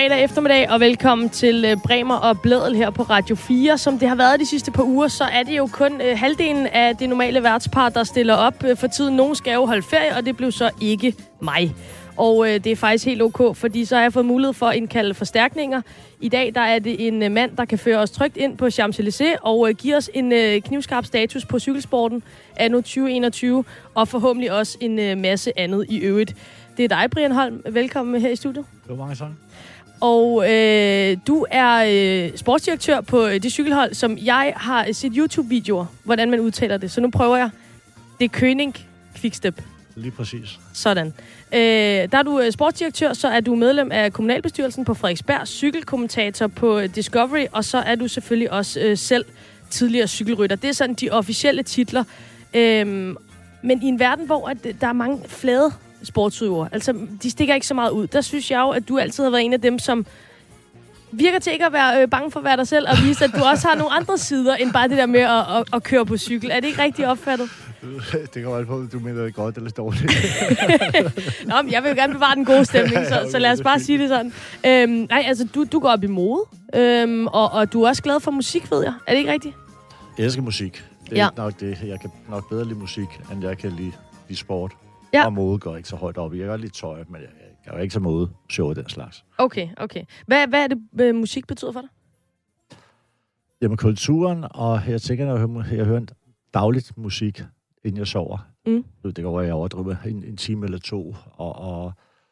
fredag eftermiddag, og velkommen til Bremer og Blædel her på Radio 4. Som det har været de sidste par uger, så er det jo kun halvdelen af det normale værtspar, der stiller op for tiden. Nogen skal jo holde ferie, og det blev så ikke mig. Og det er faktisk helt ok, fordi så har jeg fået mulighed for at indkalde forstærkninger. I dag der er det en mand, der kan føre os trygt ind på Champs-Élysées og give os en knivskarp status på cykelsporten anno 2021, og forhåbentlig også en masse andet i øvrigt. Det er dig, Brian Holm. Velkommen her i studiet. Det var mange sådan. Og du er sportsdirektør på det cykelhold, som jeg har set YouTube-videoer, hvordan man udtaler det. Så nu prøver jeg. Det er König Quickstep. Lige præcis. Sådan. Der er du sportsdirektør, så er du medlem af kommunalbestyrelsen på Frederiksberg, cykelkommentator på Discovery, og så er du selvfølgelig også selv tidligere cykelrytter. Det er sådan de officielle titler. Men i en verden, hvor der er mange flade sportsudøvere, altså de stikker ikke så meget ud, der synes jeg jo, at du altid har været en af dem, som virker til ikke at være bange for at være dig selv, og vise, at du også har nogle andre sider, end bare det der med at køre på cykel. Er det ikke rigtig opfattet? Det kommer alt på, du mener det godt eller dårligt. Nå, men jeg vil jo gerne bevare den gode stemning, så lad os bare sige det sådan. Nej, altså, du går op i mode, og du er også glad for musik, ved jeg. Er det ikke rigtigt? Jeg elsker musik. Det er nok det. Jeg kan nok bedre lide musik, end jeg kan lide sport. Ja. Og mode går ikke så højt op. Jeg kan godt lide tøj, men jeg er ikke så mode show den slags. Okay. Hvad er det, musik betyder for dig? Jamen, kulturen, og jeg tænker, når jeg hører dagligt musik, inden jeg sover. Det kan være, at jeg overdriver en time eller to, og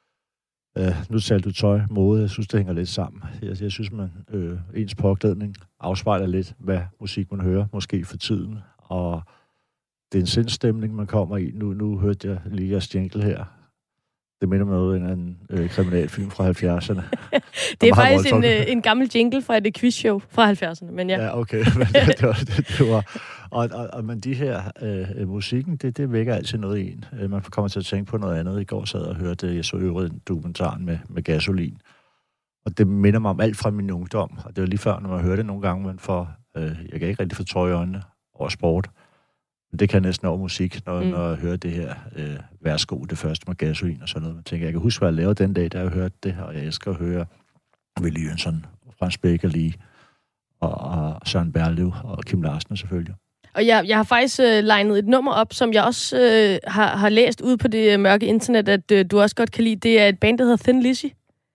nu talte du tøj, mode, jeg synes, det hænger lidt sammen. Jeg synes, ens påklædning afspejler lidt, hvad musik man hører, måske for tiden, og det er en sindstemning, man kommer i. Nu hørte jeg lige jeres jingle her. Det minder mig noget af en kriminalfilm fra 70'erne. Det er faktisk en gammel jingle fra et quizshow fra 70'erne, men ja. Ja, okay. Men det var men de her musikken, det vækker altid noget i en. Man kommer til at tænke på noget andet. I går sad og hørte, jeg så øvrigt dokumentaren med gasolin. Og det minder mig om alt fra min ungdom. Og det var lige før, når man hører det nogle gange, men jeg kan ikke rigtig få tøj i øjnene over sport. Men det kan jeg næsten over musik, når jeg hører det her værsgo, det første med gasolin og sådan noget. Man tænker, jeg kan huske, hvad jeg lavede den dag, da jeg hørte det her, og jeg elsker at høre Willy Jønsson, Frans Becker lige, og Søren Berlev og Kim Larsen selvfølgelig. Og jeg har faktisk legnet et nummer op, som jeg også har læst ud på det mørke internet, at du også godt kan lide. Det er et band, der hedder Thin Lizzy.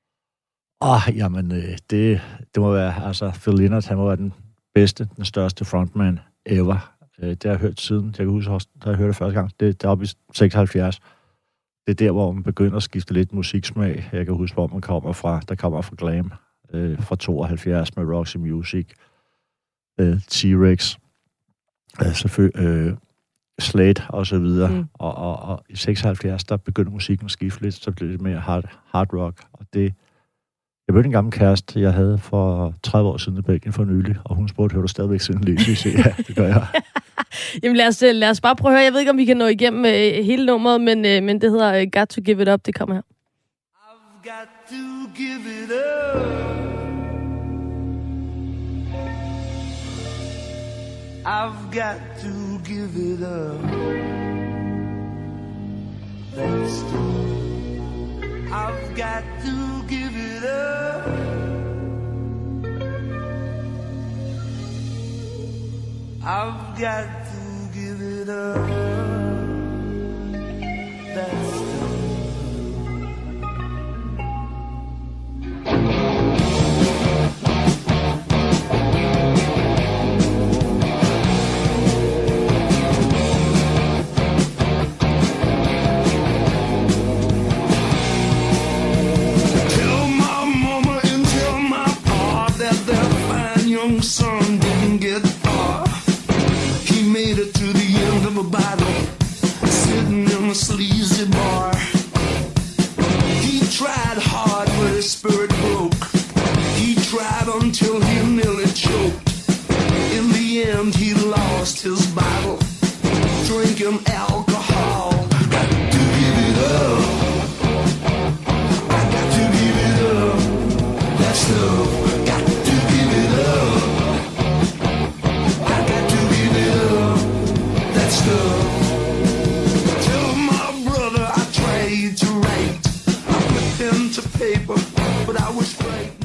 Jamen, det må være, altså Phil Lynott, han må være den bedste, den største frontman ever. Det har jeg hørt siden. Jeg kan huske også, da jeg hørte det første gang. Det er oppe i 76. Det er der, hvor man begynder at skifte lidt musiksmag. Jeg kan huske, hvor man kommer fra. Der kommer fra glam fra 72 med Roxy Music, T-Rex, Slade og så videre. Og i 76, der begynder musikken at skifte lidt, så bliver det lidt mere hard rock. Og det... Jeg mødte en gammel kæreste, jeg havde for 30 år siden i Belgien for nylig, og hun spurgte, hører du stadigvæk sådan lidt? Ja, det gør jeg. Jamen lad os bare prøve at høre. Jeg ved ikke, om vi kan nå igennem hele nummeret, men det hedder Got to Give It Up. Det kommer her. I've got to give it up. I've got to give it up. That's I've got to give it up. I've got to give it up. That's son didn't get far. He made it to the end of a battle, sitting in a sleazy bar. He tried hard, but his spirit broke. He tried until he nearly choked. In the end, he lost his battle, drinking alcohol. Got to give it up. I got to give it up. That's love. Tell my brother I tried to write. I put pen to paper, but I was right.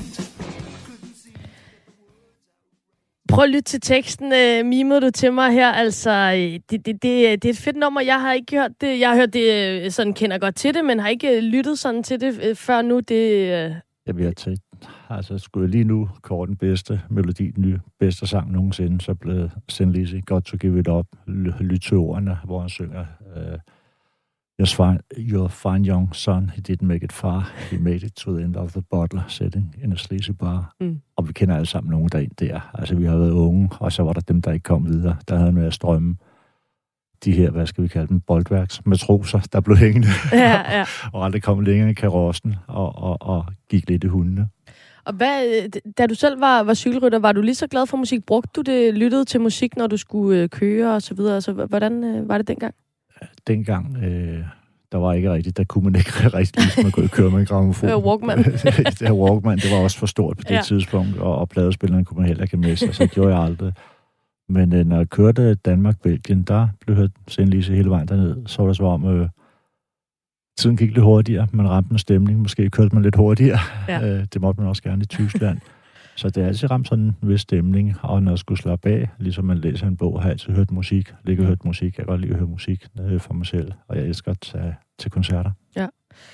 Prøv at lytte til teksten, mimede du til mig her. Altså, det er et fedt nummer. Jeg har ikke hørt det. Jeg har hørt det, sådan kender godt til det, men har ikke lyttet sådan til det før nu. Jeg vil have altså, skulle jeg lige nu kåre den bedste melodi, den nye bedste sang nogensinde, så blev Thin Lizzy Got to Give It Up. Lyt til ordene, hvor han synger... Your fine young son, he didn't make it far. He made it to the end of the bottle, sitting in a sleazy bar. Og vi kender alle sammen nogen derind der. Altså, vi har været unge, og så var der dem, der ikke kom videre. Der havde med at strømme de her, hvad skal vi kalde dem, boltværksmatroser, der blev hængende. Ja. Og aldrig kom længere i karossen og gik lidt i hundene. Og da du selv var cykelrytter, var du lige så glad for musik? Brugte du det, lyttede til musik, når du skulle køre og så videre? Altså, hvordan var det dengang? Dengang, der var ikke rigtigt, der kunne man ikke rigtig ligesom at gå og køre med en grammofon. Walkman. Det Walkman, det var også for stort på det tidspunkt, og pladespilleren kunne man heller ikke med sig, så det gjorde jeg aldrig. Men når jeg kørte Danmark-Belgien, der blev hørt Thin Lizzy hele vejen derned, så var det så om, tiden gik lidt hurtigere, man ramte en stemning, måske kørte man lidt hurtigere. Ja. Det måtte man også gerne i Tyskland. Så det er altid ramt sådan en vis stemning, og når jeg skulle slappe af, ligesom man læser en bog, har jeg altid hørt musik. Jeg hørt musik. Jeg kan godt lide at høre musik for mig selv, og jeg elsker at tage til koncerter. Ja.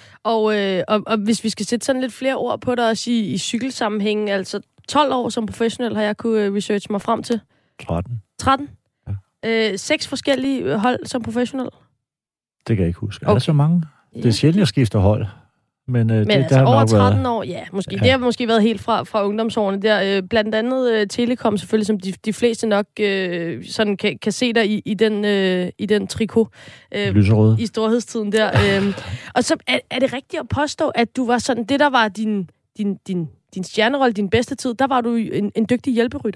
Og hvis vi skal sætte sådan lidt flere ord på dig og sige i cykelsammenhængen, altså 12 år som professionel har jeg kunne researche mig frem til. 13? Ja. 6 forskellige hold som professionel? Det kan jeg ikke huske. Okay. Er der så mange? Det er sjældent, jeg skifter hold. Men det, altså der over 13 år, ja, måske. Ja. Det har måske været helt fra ungdomsårene der. Blandt andet Telekom selvfølgelig, som de fleste nok sådan kan se dig i den trikot. Lyserød. I storhedstiden der. Og så er det rigtigt at påstå, at du var sådan, det der var din stjernerolle, din bedste tid, der var du en dygtig hjælperytter.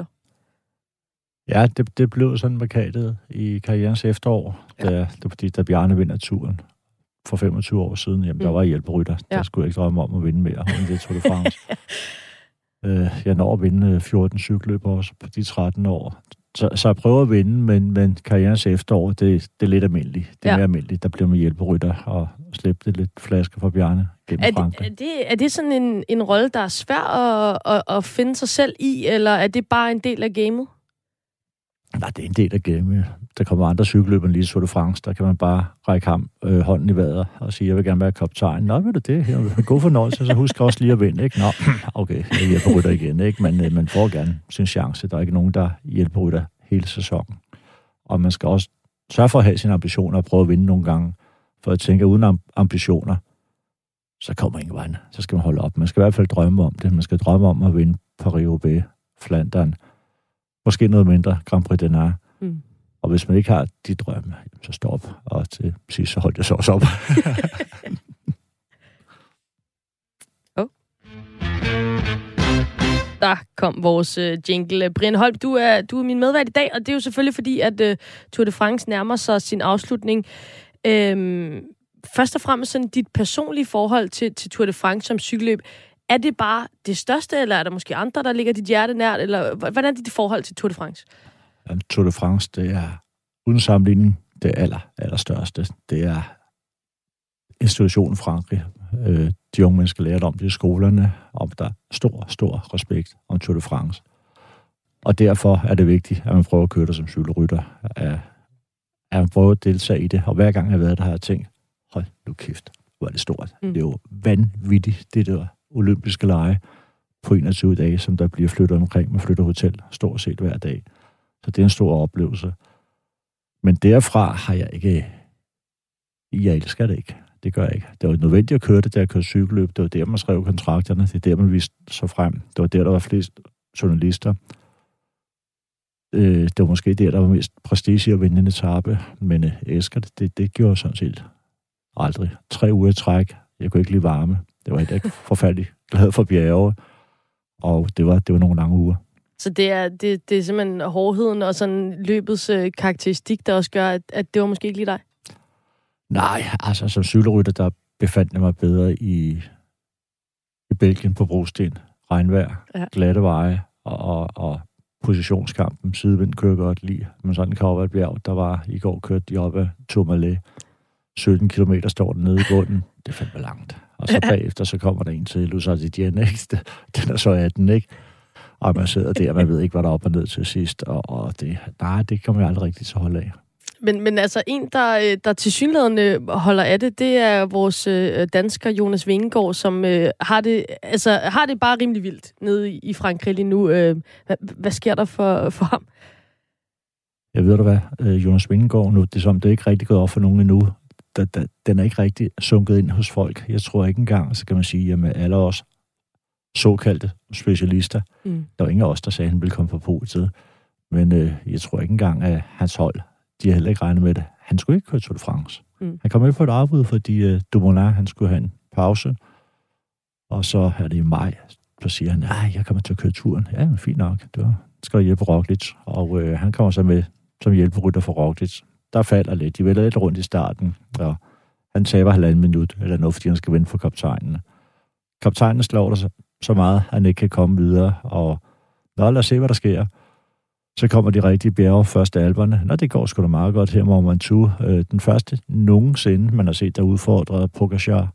Ja, det blev sådan markadet i karrierens efterår, da Bjarne vinder turen. For 25 år siden, jamen, der var hjælperytter. Der skulle jeg ikke drømme om at vinde mere, end det Tour de France. Jeg når at vinde 14 cykelløb også på de 13 år. Så jeg prøver at vinde, men karrierens efterår, det er lidt almindeligt. Det er mere almindeligt. Der bliver man hjælperytter og slæbte lidt flasker fra Bjarne gennem Frankrig. Er det sådan en rolle, der er svær at finde sig selv i, eller er det bare en del af gamet? Nej, det er en del af gamet. Der kommer andre cykelløbere lige i Tour de France, der kan man bare række hånden i vejret og sige, jeg vil gerne være kaptajn. Nå, ved du det? God fornøjelse, så husk også lige at vinde, ikke? Nå, okay, jeg hjælper igen, ikke? Men man får gerne sin chance. Der er ikke nogen, der hjælper rytter hele sæsonen. Og man skal også sørge for at have sine ambitioner og prøve at vinde nogle gange. For jeg tænker, uden ambitioner, så kommer ingen vej. Så skal man holde op. Man skal i hvert fald drømme om det. Man skal drømme om at vinde Paris-Roubaix, Flandern, måske noget mindre Grand Prix d'Enard. Og hvis man ikke har de drømme, så stop. Og til sidst så holdt jeg så også op. Der kom vores jingle. Brian Holm, du er min medvært i dag, og det er jo selvfølgelig fordi, at Tour de France nærmer sig sin afslutning. Først og fremmest sådan dit personlige forhold til Tour de France som cykelløb. Er det bare det største, eller er der måske andre, der ligger dit hjerte nært? Eller hvordan er dit forhold til Tour de France? Tour de France, det er uden sammenligning det allerstørste. Det er institutionen Frankrig. De unge mennesker lærer om det i skolerne, om der er stor respekt om Tour de France. Og derfor er det vigtigt, at man prøver at køre det som cykelrytter. At man prøver at deltage i det. Og hver gang jeg har været der, har jeg tænkt, hold nu kæft, hvor er det stort. Det er jo vanvittigt, det der olympiske lege på 21 dage, som der bliver flyttet omkring. Man flytter hotel stort set hver dag. Så det er en stor oplevelse. Men derfra har jeg ikke... Jeg elsker det ikke. Det gør jeg ikke. Det var nødvendigt at køre det, da jeg kørte cykelløb. Det var der, man skrev kontrakterne. Det er der, man viste sig frem. Det var der var flest journalister. Det var måske der var mest prestige at vinde en etape. Men jeg elsker det. Det gjorde jeg sådan set aldrig. 3 uger i træk. Jeg kunne ikke lide varme. Det var ikke forfærdeligt glad for bjerge. Og det var nogle lange uger. Så det er simpelthen hårdheden og sådan løbets karakteristik, der også gør, at det var måske ikke lige dig? Nej, altså som cykelrytter, der befandt jeg mig bedre i Belgien på brosten. Regnvejr, glatte veje og positionskampen. Sidevind kører godt lige, men sådan kan op ad et bjerg. Der var i går kørt de op ad Tourmalet. 17 kilometer står den nede i bunden. Det er fandme langt. Og så bagefter, så kommer der en til Luzardien, ikke? Den er så 18, ikke? Og man sidder der, man ved ikke, hvad der er op og ned til sidst, og det kommer jeg aldrig rigtig til at holde af. Men altså en, der tilsyneladende holder af det er vores dansker Jonas Vingegaard, som har det bare rimelig vildt nede i Frankrig lige nu. Hvad sker der for ham? Jeg ved du hvad, Jonas Vingegaard nu, det er ikke rigtig gået op for nogen endnu. Den er ikke rigtig sunket ind hos folk. Jeg tror ikke engang, så kan man sige, at med alle os såkaldte specialister, der var ingen af os, der sagde, at han ville komme på podiet. Men jeg tror ikke engang, at hans hold, de har heller ikke regnet med det. Han skulle ikke køre Tour de France. Han kom med på et afbud, fordi Dumoulin, han skulle have en pause. Og så er det i maj, så siger han, jeg kommer til at køre turen. Ja, men fint nok. Det skal hjælpe Roglic. Og han kommer så med som hjælperytter for Roglic. Der falder lidt. De vælger lidt rundt i starten, og han taber 1,5 minut, eller noget, fordi han skal vente for kaptajnen. Kaptajnen slår der så meget, at han ikke kan komme videre, og lad os se, hvad der sker. Så kommer de rigtige bjerge først af Alperne. Det går sgu da meget godt her, Mont Ventoux. Den første nogensinde, man har set, der udfordrede Pogačar.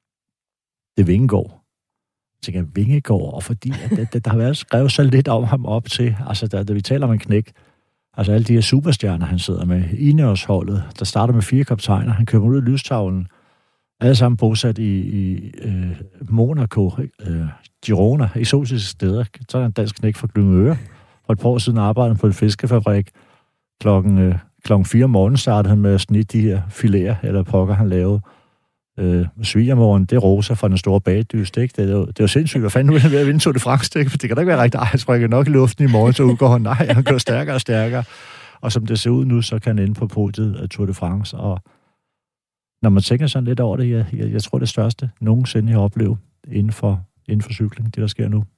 Det er Vingegaard. Jeg tænker, Vingegaard, og fordi der har været skrevet så lidt om ham op til, altså da vi taler om en knæk, altså alle de her superstjerner, han sidder med, Ineos-holdet, der starter med 4 kaptajner, han kører ud af lystavlen, alle sammen bosat i Monaco, Girona, eksotiske steder. Så er der en dansk knæk fra Glyngøre. For et par år siden arbejdede på en fiskefabrik. Klokken 4 om morgenen startede han med at snitte de her filéer, eller pokker han lavede. Svigermoren, det er Rosa fra den store bagdyst, ikke? Det er jo sindssygt, hvad fanden nu er han ved at vinde Tour de France, ikke? For det kan da ikke være rigtigt, han springer nok i luften i morgen, så udgår han. Nej, han går stærkere og stærkere. Og som det ser ud nu, så kan han ende på podiet af Tour de France. Og når man tænker sådan lidt over det, jeg tror det største nogensinde, jeg har oplevet inden for cykling, det der sker nu.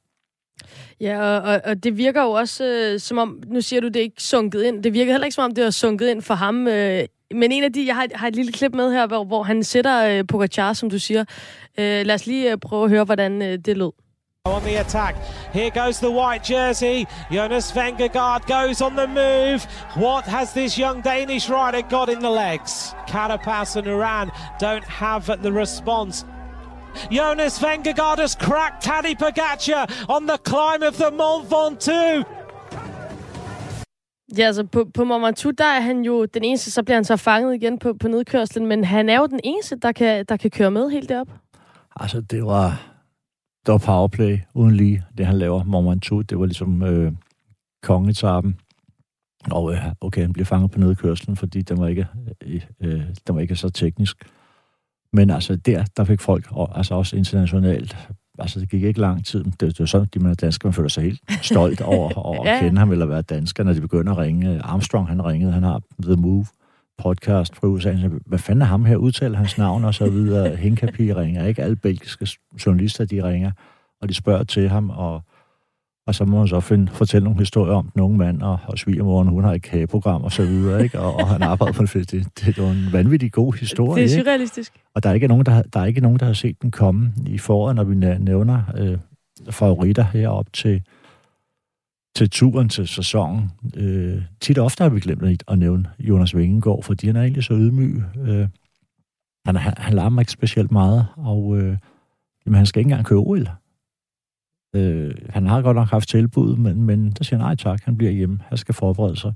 Ja, og det virker jo også som om, nu siger du, det er ikke sunket ind. Det virker heller ikke som om, det er sunket ind for ham. Men en af de, jeg har et lille klip med her, hvor han sætter Pogačar, som du siger. Lad os lige prøve at høre, hvordan det lød. On the attack. Here goes the white jersey. Jonas Vingegaard goes on the move. What has this young Danish rider got in the legs? Carapaz and Uran don't have the response. Jonas Vingegaard has cracked Tadej Pogačar on the climb of the Mont Ventoux. Ja, altså på Mont Ventoux, der er han jo den eneste, så bliver han så fanget igen på nedkørslen, men han er jo den eneste, der kan køre med helt derop. Altså, det var powerplay uden lige, det han laver. Mont Ventoux, det var ligesom kongetappen. Og okay, han bliver fanget på nedkørslen, fordi den var ikke så teknisk. Men altså, der fik folk, altså også internationalt, altså det gik ikke lang tid. Det var sådan, at danskere føler sig helt stolt over at kende ham eller være dansker, når de begynder at ringe. Armstrong, han ringede, han har The Move podcast fra USA. Hvad fanden er ham her? Udtaler hans navn og så videre. Hinkapi ringer, ikke? Alle belgiske journalister, de ringer, og de spørger til ham, og så må man så fortælle nogle historier om den unge mand, og svigermoren, hun har et kageprogram og så videre, ikke? Og han arbejder på en fest. Det er en vanvittig god historie. Det er surrealistisk. Ikke? Og der er ikke nogen, der har set den komme i foråret, når vi nævner favoritter herop til turen til sæsonen. Tit og ofte har vi glemt at nævne Jonas Vingegaard, fordi han er egentlig så ydmyg. Han larmer ikke specielt meget, og han skal ikke engang køre OL. Han har godt nok haft tilbud, men der siger nej tak, han bliver hjemme. Han skal forberede sig.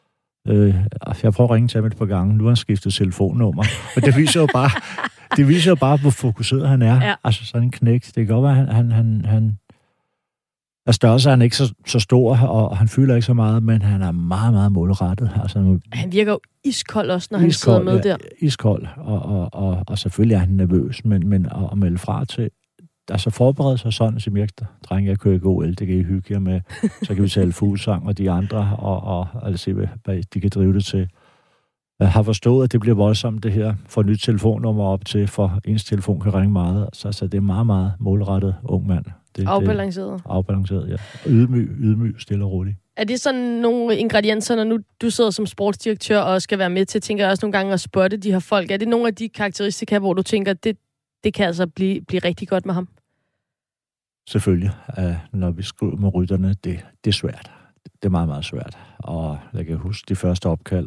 Jeg prøver at ringe til ham et par gange. Nu har han skiftet telefonnummer. Og det viser jo bare, hvor fokuseret han er. Ja. Altså sådan en knægt. Det kan godt være, at han er størrelse, han er ikke så stor, og han fylder ikke så meget, men han er meget, meget målrettet. Altså, han virker jo iskold også, når han sidder med der. Iskold, og selvfølgelig er han nervøs, men at melde fra til, altså forberede sig sådan, som jeg drenge, jeg kører ikke OL, det kan I hygge jer med, så kan vi tale Fuglsang og de andre, og se, hvad de kan drive det til. Jeg har forstået, at det bliver voldsomt, det her, for nyt telefonnummer op til, for ens telefon kan ringe meget, så det er meget, meget målrettet ung mand. Afbalanceret. Afbalanceret, ja. Ydmyg, stille og roligt. Er det sådan nogle ingredienser, når nu du sidder som sportsdirektør og skal være med til, tænker jeg også nogle gange at spotte de her folk, er det nogle af de karakteristika, hvor du tænker, det kan altså blive rigtig godt med ham? Selvfølgelig. Når vi skriver med rytterne, det er svært. Det er meget, meget svært. Og jeg kan huske de første opkald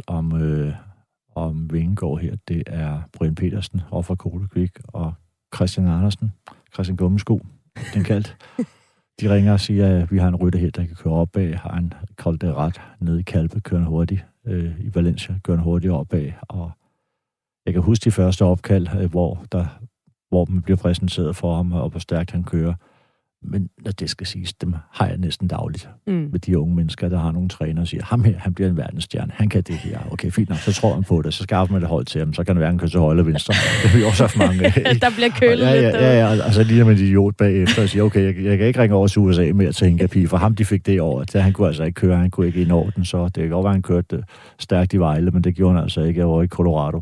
om Vingegaard her, det er Brian Petersen fra Koldekvik og Christian Andersen, Christian Gummesko, den kaldt. De ringer og siger, at vi har en rytter her, der kan køre opad, har en Colderet nede i Kalpe, kørende hurtigt, i Valencia, kørende hurtigt opad, og jeg kan huske de første opkald, hvor man bliver præsenteret for ham, og hvor stærkt han kører. Men når det skal siges, dem har jeg næsten dagligt med de unge mennesker, der har nogle træner og siger, ham her, han bliver en verdensstjerne, han kan det her. Okay, fint nok, så tror han på det, så skaffer man det hold til ham, så kan det være, han kører til højre eller venstre. Det har vi også haft mange. Der bliver kølet lidt. Ja, og så lige med en idiot bagefter og siger, okay, jeg kan ikke ringe over til USA mere til Hinkapi, for ham de fik det over. Så han kunne altså ikke køre, han kunne ikke indå den, så det kan godt være, han kørte stærkt i Vejle, men det gjorde han altså ikke. Jeg var i Colorado.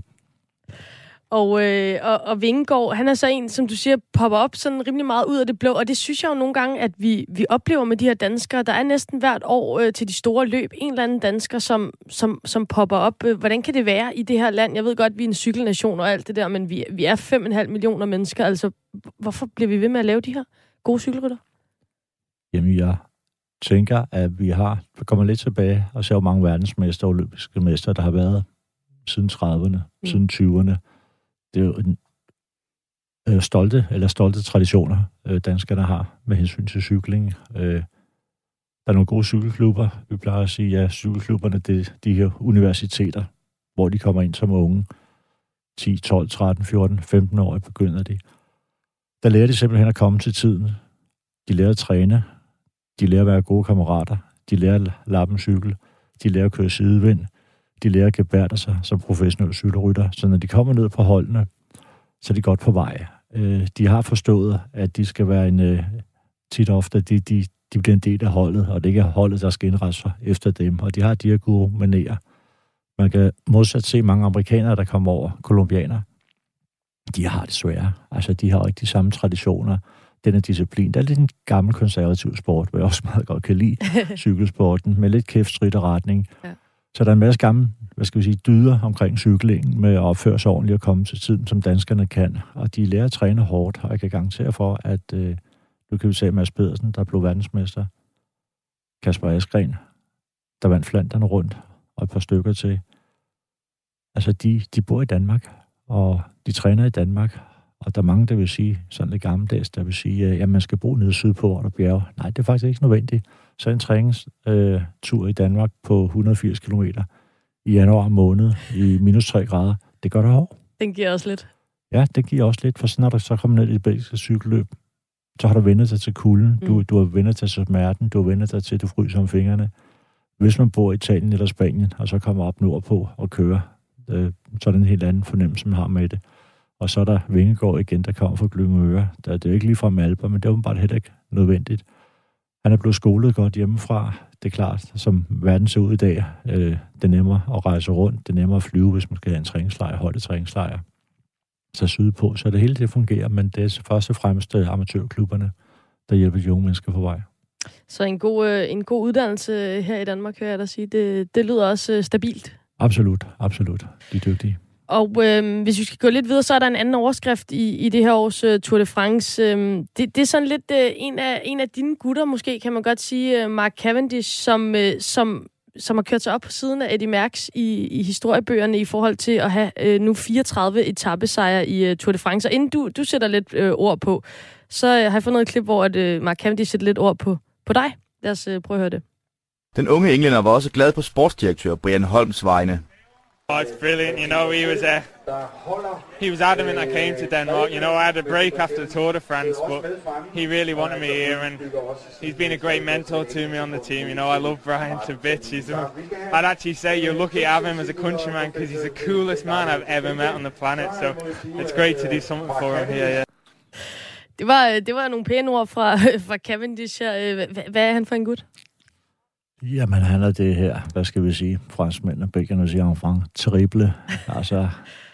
Og Vingegaard, han er så en, som du siger, popper op sådan rimelig meget ud af det blå, og det synes jeg jo nogle gange, at vi oplever med de her danskere. Der er næsten hvert år til de store løb en eller anden dansker, som popper op. Hvordan kan det være i det her land? Jeg ved godt, at vi er en cykelnation og alt det der, men vi er 5,5 millioner mennesker. Altså, hvorfor bliver vi ved med at lave de her gode cykelrytter? Jamen, jeg tænker, at vi kommer lidt tilbage og ser, hvor mange verdensmester og olympiske mester, der har været siden 30'erne, siden 20'erne. Det er jo stolte traditioner, danskerne har med hensyn til cykling. Der er nogle gode cykelklubber. Vi plejer at sige, at cykelklubberne, det er de her universiteter, hvor de kommer ind som unge. 10, 12, 13, 14, 15 år begynder de. Der lærer de simpelthen at komme til tiden. De lærer at træne. De lærer at være gode kammerater. De lærer at lappe en cykel. De lærer at køre sidevind. De lærer at gebærde sig som professionelle cykelrytter. Så når de kommer ned på holdene, så er de godt på vej. De har forstået, at de skal være tit ofte, de bliver en del af holdet, og det ikke er holdet, der skal indrette sig efter dem. Og de har de her gode manerer. Man kan modsat se mange amerikanere, der kommer over, kolumbianere. De har det svære. Altså, de har ikke de samme traditioner. Den her disciplin, der er lidt en gammel konservativ sport, hvor jeg også meget godt kan lide cykelsporten, med lidt kæft, stridt og retning. Ja. Så der er en masse gamle, dyder omkring cyklingen med at opføre sig ordentligt og komme til tiden, som danskerne kan. Og de lærer at træne hårdt, og jeg kan garantere for, at du kan jo se Mads Pedersen, der blev verdensmester. Kasper Askren, der vandt Flandern rundt, og et par stykker til. Altså, de bor i Danmark, og de træner i Danmark. Og der er mange, der vil sige, sådan lidt gammeldags, der vil sige, at man skal bo nede sydpå, og der bjerge. Nej, det er faktisk ikke nødvendigt. Så en træningstur i Danmark på 180 kilometer i januar måned i minus 3 grader, det gør der hårdt. Den giver også lidt. Ja, det giver også lidt, for så når du så kommer ned i det belgiske cykelløb, så har du vendt dig til kulden, du har vendt dig til smerten, du har vendt dig til, at du fryser om fingrene. Hvis man bor i Italien eller Spanien, og så kommer op nordpå og kører, så er det en helt anden fornemmelse, man har med det. Og så er der Vingegaard igen, der kommer fra Glyngøre. Det er jo ikke lige fra Malper, men det er åbenbart heller ikke nødvendigt. Han er blevet skolet godt hjemmefra. Det er klart, som verden ser ud i dag. Det er nemmere at rejse rundt. Det er nemmere at flyve, hvis man skal have en træningslejr, holdetræningslejr. Så sydpå, så det hele det fungerer, men det er først og fremmest amatørklubberne, der hjælper de unge mennesker på vej. Så en god uddannelse her i Danmark, kan jeg da sige. Det lyder også stabilt. Absolut. De er dygtige. Og hvis vi skal gå lidt videre, så er der en anden overskrift i det her års Tour de France. Det er sådan lidt en af dine gutter, måske kan man godt sige, Mark Cavendish, som har kørt sig op på siden af Eddy Merckx i historiebøgerne i forhold til at have nu 34 etapesejre i Tour de France. Og inden du sætter lidt ord på, så har jeg fundet et klip, hvor Mark Cavendish sætter lidt ord på dig. Lad os prøve at høre det. Den unge englænder var også glad på sportsdirektør Brian Holms vegne. Oh, it's brilliant. You know, he was adamant I came to Denmark. You know, I had a break after the Tour de France, but he really wanted me here, and he's been a great mentor to me on the team. You know, I love Brian to bits. I'd actually say you're lucky to have him as a countryman because he's the coolest man I've ever met on the planet. So it's great to do something for him here. Yeah. Det var nogle pæne ord fra Cavendish her. Hvad er han for en gut? Jamen, han er det her, hvad skal vi sige, franskmændene, belgierne siger enfant, terrible. Altså,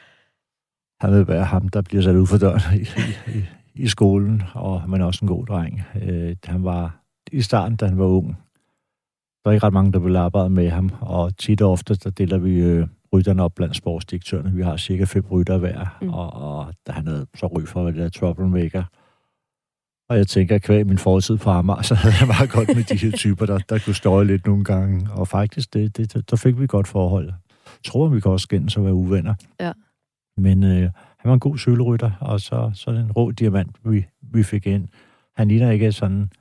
han vil være ham, der bliver sat ud for døren i skolen, men også en god dreng. Han var, i starten, da han var ung, der var ikke ret mange, der ville arbejde med ham, og tit og ofte, der deler vi rytterne op blandt sportsdirektørerne. Vi har cirka 5 rytter hver, og da han havde så ry for at være det der troublemaker. Og jeg tænker, at kvæg min fortid på Amager, så havde jeg meget godt med de her typer, der kunne støje lidt nogle gange. Og faktisk, der fik vi et godt forhold. Jeg tror, vi kan også skændes og være uvenner. Ja. Men han var en god cykelrytter, og så en rå diamant, vi fik ind. Han ligner ikke sådan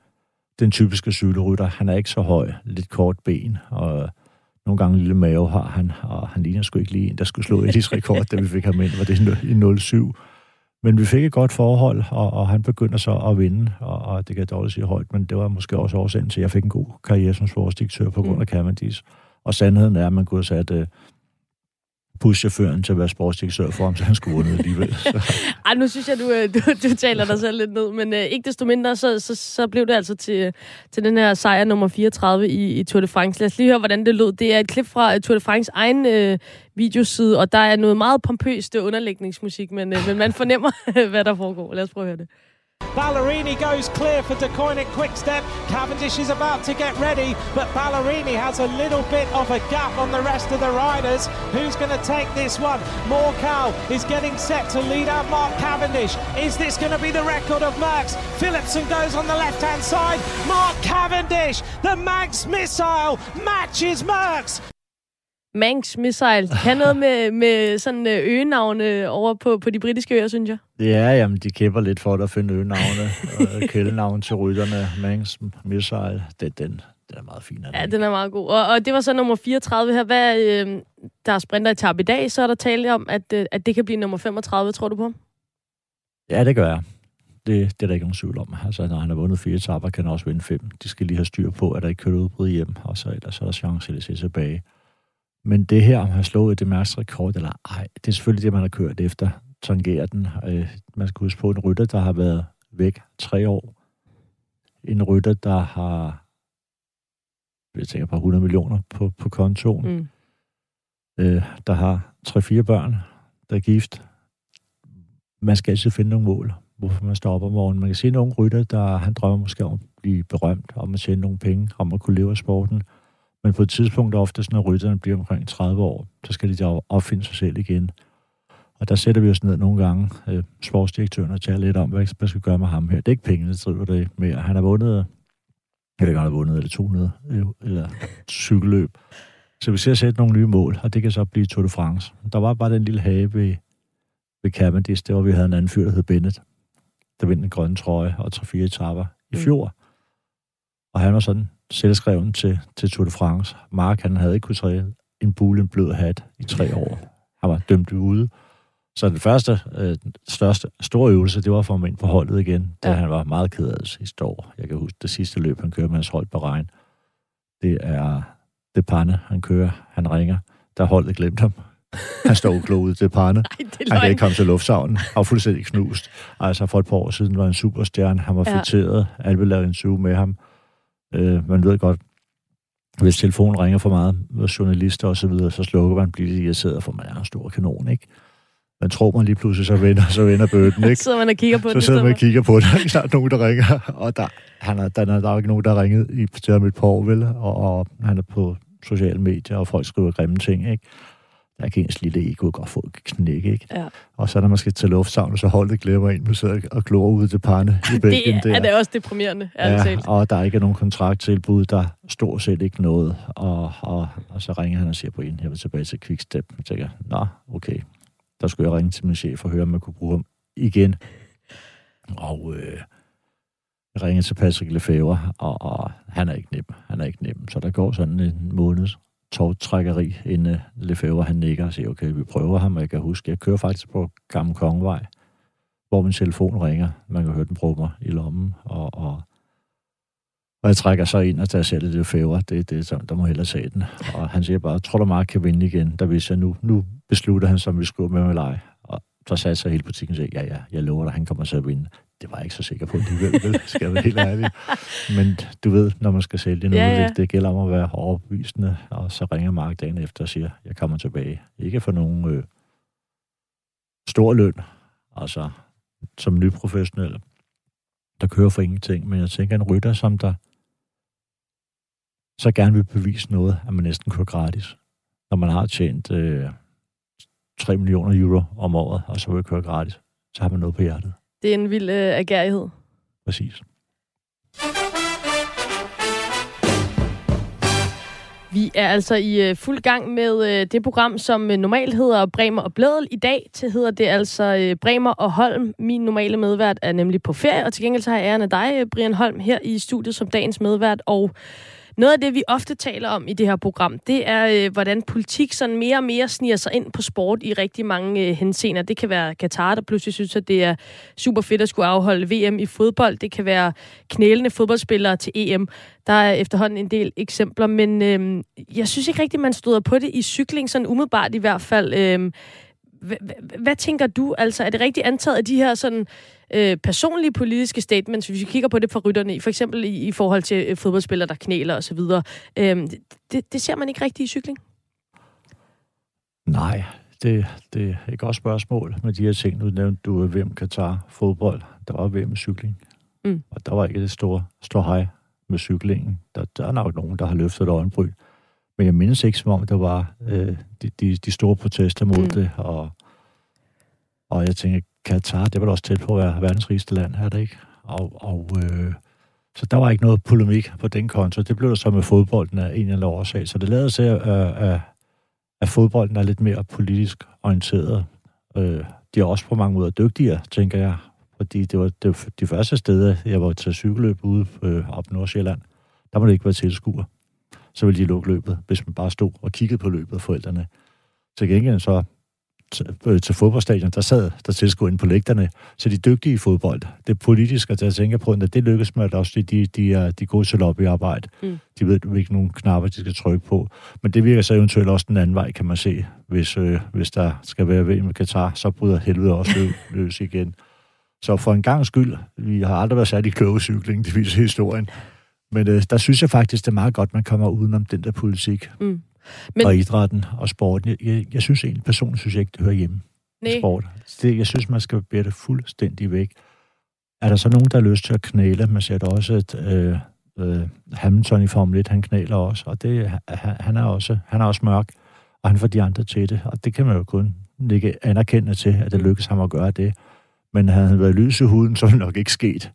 den typiske cykelrytter. Han er ikke så høj, lidt kort ben, og nogle gange en lille mave har han, og han ligner sgu ikke lige en, der skulle slå Eddie's rekord, da vi fik ham ind, var det i 07. Men vi fik et godt forhold, og han begynder så at vinde, og det kan jeg dårligt sige højt, men det var måske også årsagen til, at jeg fik en god karriere som sportsdirektør på grund af Cavendish. Og sandheden er, at man kunne have sat buschaufføren til at være sportsdirektør for ham, så han skulle vundet alligevel. Ej, nu synes jeg, du taler dig selv lidt ned, men ikke desto mindre, så blev det altså til den her sejr nummer 34 i Tour de France. Lad os lige høre, hvordan det lød. Det er et klip fra Tour de France egen videoside, og der er noget meget pompøst underlægningsmusik, men man fornemmer, hvad der foregår. Lad os prøve at høre det. Ballerini goes clear for Deceuninck Quick-Step. Cavendish is about to get ready, but Ballerini has a little bit of a gap on the rest of the riders. Who's going to take this one? Morcal is getting set to lead out Mark Cavendish. Is this going to be the record of Merckx? Philipsen goes on the left-hand side. Mark Cavendish, the Manx missile, matches Merckx. Manx Missile. Kan noget med sådan øgenavne over på de britiske øer, synes jeg? Ja, jamen, de kæmper lidt for at finde øgenavne og kældenavn til rytterne. Manx Missile, den er meget fin. Ja, den er meget god. Og det var så nummer 34 her. Hvad der er sprinteretape i dag, så er der tale om, at det kan blive nummer 35, tror du på? Ja, det gør jeg. Det er der ikke nogen tvivl om. Altså, når han har vundet 4 etaper, kan han også vinde 5. De skal lige have styr på, at der ikke kører udbrud hjem, og så er der chance at se tilbage. Men det her, om han har slået det Merckx rekord, eller ej, det er selvfølgelig det, man har kørt efter. Tangerer den. Man skal huske på en rytter, der har været væk 3 år. En rytter, der har, jeg tænker, par 100 millioner på kontoen. Der har 3-4 børn, der er gift. Man skal altid finde nogle mål, hvorfor man står op om morgenen. Man kan se nogle rytter, han drømmer måske om at blive berømt, om at tjene nogle penge, om at kunne leve af sporten. Men på et tidspunkt, ofte når rytterne bliver omkring 30 år, så skal de opfinde sig selv igen. Og der sætter vi os ned nogle gange, sportsdirektøren, og taler lidt om, hvad man skal gøre med ham her. Det er ikke pengene, der driver det mere. Han har vundet, jeg ved ikke, han har vundet, eller 200, eller cykelløb. Så vi ser sætte nogle nye mål, og det kan så blive Tour de France. Der var bare den lille have ved Cavendish, det var, vi havde en anden fyr, der hed Bennett, der vendte en grønne trøje og 3-4 etaper i fjor. Og han var sådan selvskreven til Tour de France. Mark, han havde ikke kunnet træne en blød hat i 3 år. Han var dømt ude. Så den første, store øvelse, det var for ham ind på holdet igen, da han var meget ked af det sidste år. Jeg kan huske, det sidste løb, han kører med hans hold på regn. Det er Depane, han kører, han ringer. Der holdet glemt ham. Han står uklog ude til Depane. Han kan ikke komme til lufthavnen. Han var fuldstændig knust. Altså for et par år siden var en superstjerne. Han var friteret. Alle ville lave en interview med ham. Man ved godt, hvis telefonen ringer for meget med journalister og så videre, så slukker man, bliver det irriteret, for man er en stor kanon, ikke? Man tror, man lige pludselig så vender bøtten, ikke? Så sidder man og kigger på den. Så sidder man og kigger på det. Der er ikke snart nogen, der ringer. Og der er ikke nogen, der har ringet til ham et par år, vel? Og han er på sociale medier, og folk skriver grimme ting, ikke? Der kan ens lille ego godt få et knæk, ikke? Ja. Og så når man skal til lufthavnen, så holdet glemmer en, man sidder og glor ude til Parne i Belgien. Det er det også deprimerende, ærligt talt. Og der er ikke nogen kontrakttilbud, der stort set ikke noget. Og så ringer han og siger på en, jeg vil tilbage til Quick-Step. Jeg tænker, nå, okay. Der skulle jeg ringe til min chef og høre, om man kunne bruge ham igen. Og jeg ringer til Patrick Lefevre, og han er ikke nem. Så der går sådan en måneds tårtrækkeri, inden Lefevre han nikker og siger, okay, vi prøver ham, og jeg kan huske, jeg kører faktisk på Gamle Kongevej, hvor min telefon ringer. Man kan høre den brummer i lommen, og jeg trækker så ind, og der ser det Lefevre, der må hellere tage den. Og han siger bare, tror du Mark kan vinde igen? Der viser jeg nu beslutter han, som vi skulle med mig lege. Og så satte sig hele butikken og sagde, ja, jeg lover dig, han kommer til at vinde. Det var jeg ikke så sikker på, vel, skal jeg være helt ærlig. Men du ved, når man skal sælge noget, det gælder om at være overbevisende, og så ringer Mark dagen efter og siger, jeg kommer tilbage. Ikke for nogen stor løn, altså som nyprofessionel, der kører for ingenting, men jeg tænker, en rytter, som der så gerne vil bevise noget, at man næsten kører gratis. Når man har tjent 3 millioner euro om året, og så vil køre gratis, så har man noget på hjertet. Det er en vild agerighed. Præcis. Vi er altså i fuld gang med det program, som normalt hedder Bremer og Blædel. I dag hedder det altså Bremer og Holm. Min normale medvært er nemlig på ferie, og til gengæld så har jeg æren af dig, Brian Holm, her i studiet som dagens medvært. Og noget af det, vi ofte taler om i det her program, det er, hvordan politik sådan mere og mere sniger sig ind på sport i rigtig mange henseender. Det kan være Katar, der pludselig synes, at det er super fedt at skulle afholde VM i fodbold. Det kan være knælende fodboldspillere til EM. Der er efterhånden en del eksempler, men jeg synes ikke rigtigt, man støder på det i cykling, sådan umiddelbart i hvert fald. Hvad tænker du? Altså, er det rigtigt antaget af de her sådan personlige politiske statements, hvis vi kigger på det fra rytterne, for eksempel i forhold til fodboldspillere, der knæler osv., det ser man ikke rigtigt i cykling? Nej, det er et godt spørgsmål med de her ting. Nu nævnte du VM, Katar, fodbold. Der var VM med cykling. Og der var ikke det store hej med cyklingen. Der er nok nogen, der har løftet et øjenbryn. Men jeg mindes ikke, som om der var de store protester mod det. Og jeg tænker, Katar, det var da også tæt på at være verdens rigeste land, er det ikke? Så der var ikke noget polemik på den konto. Det blev der så med fodbolden af en eller anden årsag. Så det lader sig, at fodbolden er lidt mere politisk orienteret. De er også på mange måder dygtigere, tænker jeg. Fordi det var de første steder, jeg var til cykelløb ude op i Nordsjælland. Der må det ikke være tilskuer. Så ville de lukke løbet, hvis man bare stod og kiggede på løbet af forældrene. Til gengæld så til fodboldstadion, der sad der tilskuer inde på lægterne. Så de dygtige i fodbold, det politiske, at jeg tænker på, at det lykkes med, at også de er gode til lobbyarbejde. De ved hvilke nogle knapper, de skal trykke på. Men det virker så eventuelt også den anden vej, kan man se. Hvis der skal være VM med Katar, så bryder helvede også løs igen. Så for en gang skyld, vi har aldrig været særlig kloge cykling, det viser historien. Men der synes jeg faktisk, det er meget godt, man kommer udenom den der politik. Og idrætten og sporten. Jeg synes egentlig, personligt synes jeg ikke, det hører hjemme i sport. Jeg synes, man skal bære det fuldstændig væk. Er der så nogen, der har lyst til at knæle? Man ser da også, at Hamilton i Formel 1, han knæler også. Og han er også mørk, og han får de andre til det. Og det kan man jo kun ikke anerkende til, at det lykkes ham at gøre det. Men havde han været lys i huden, så er det nok ikke sket.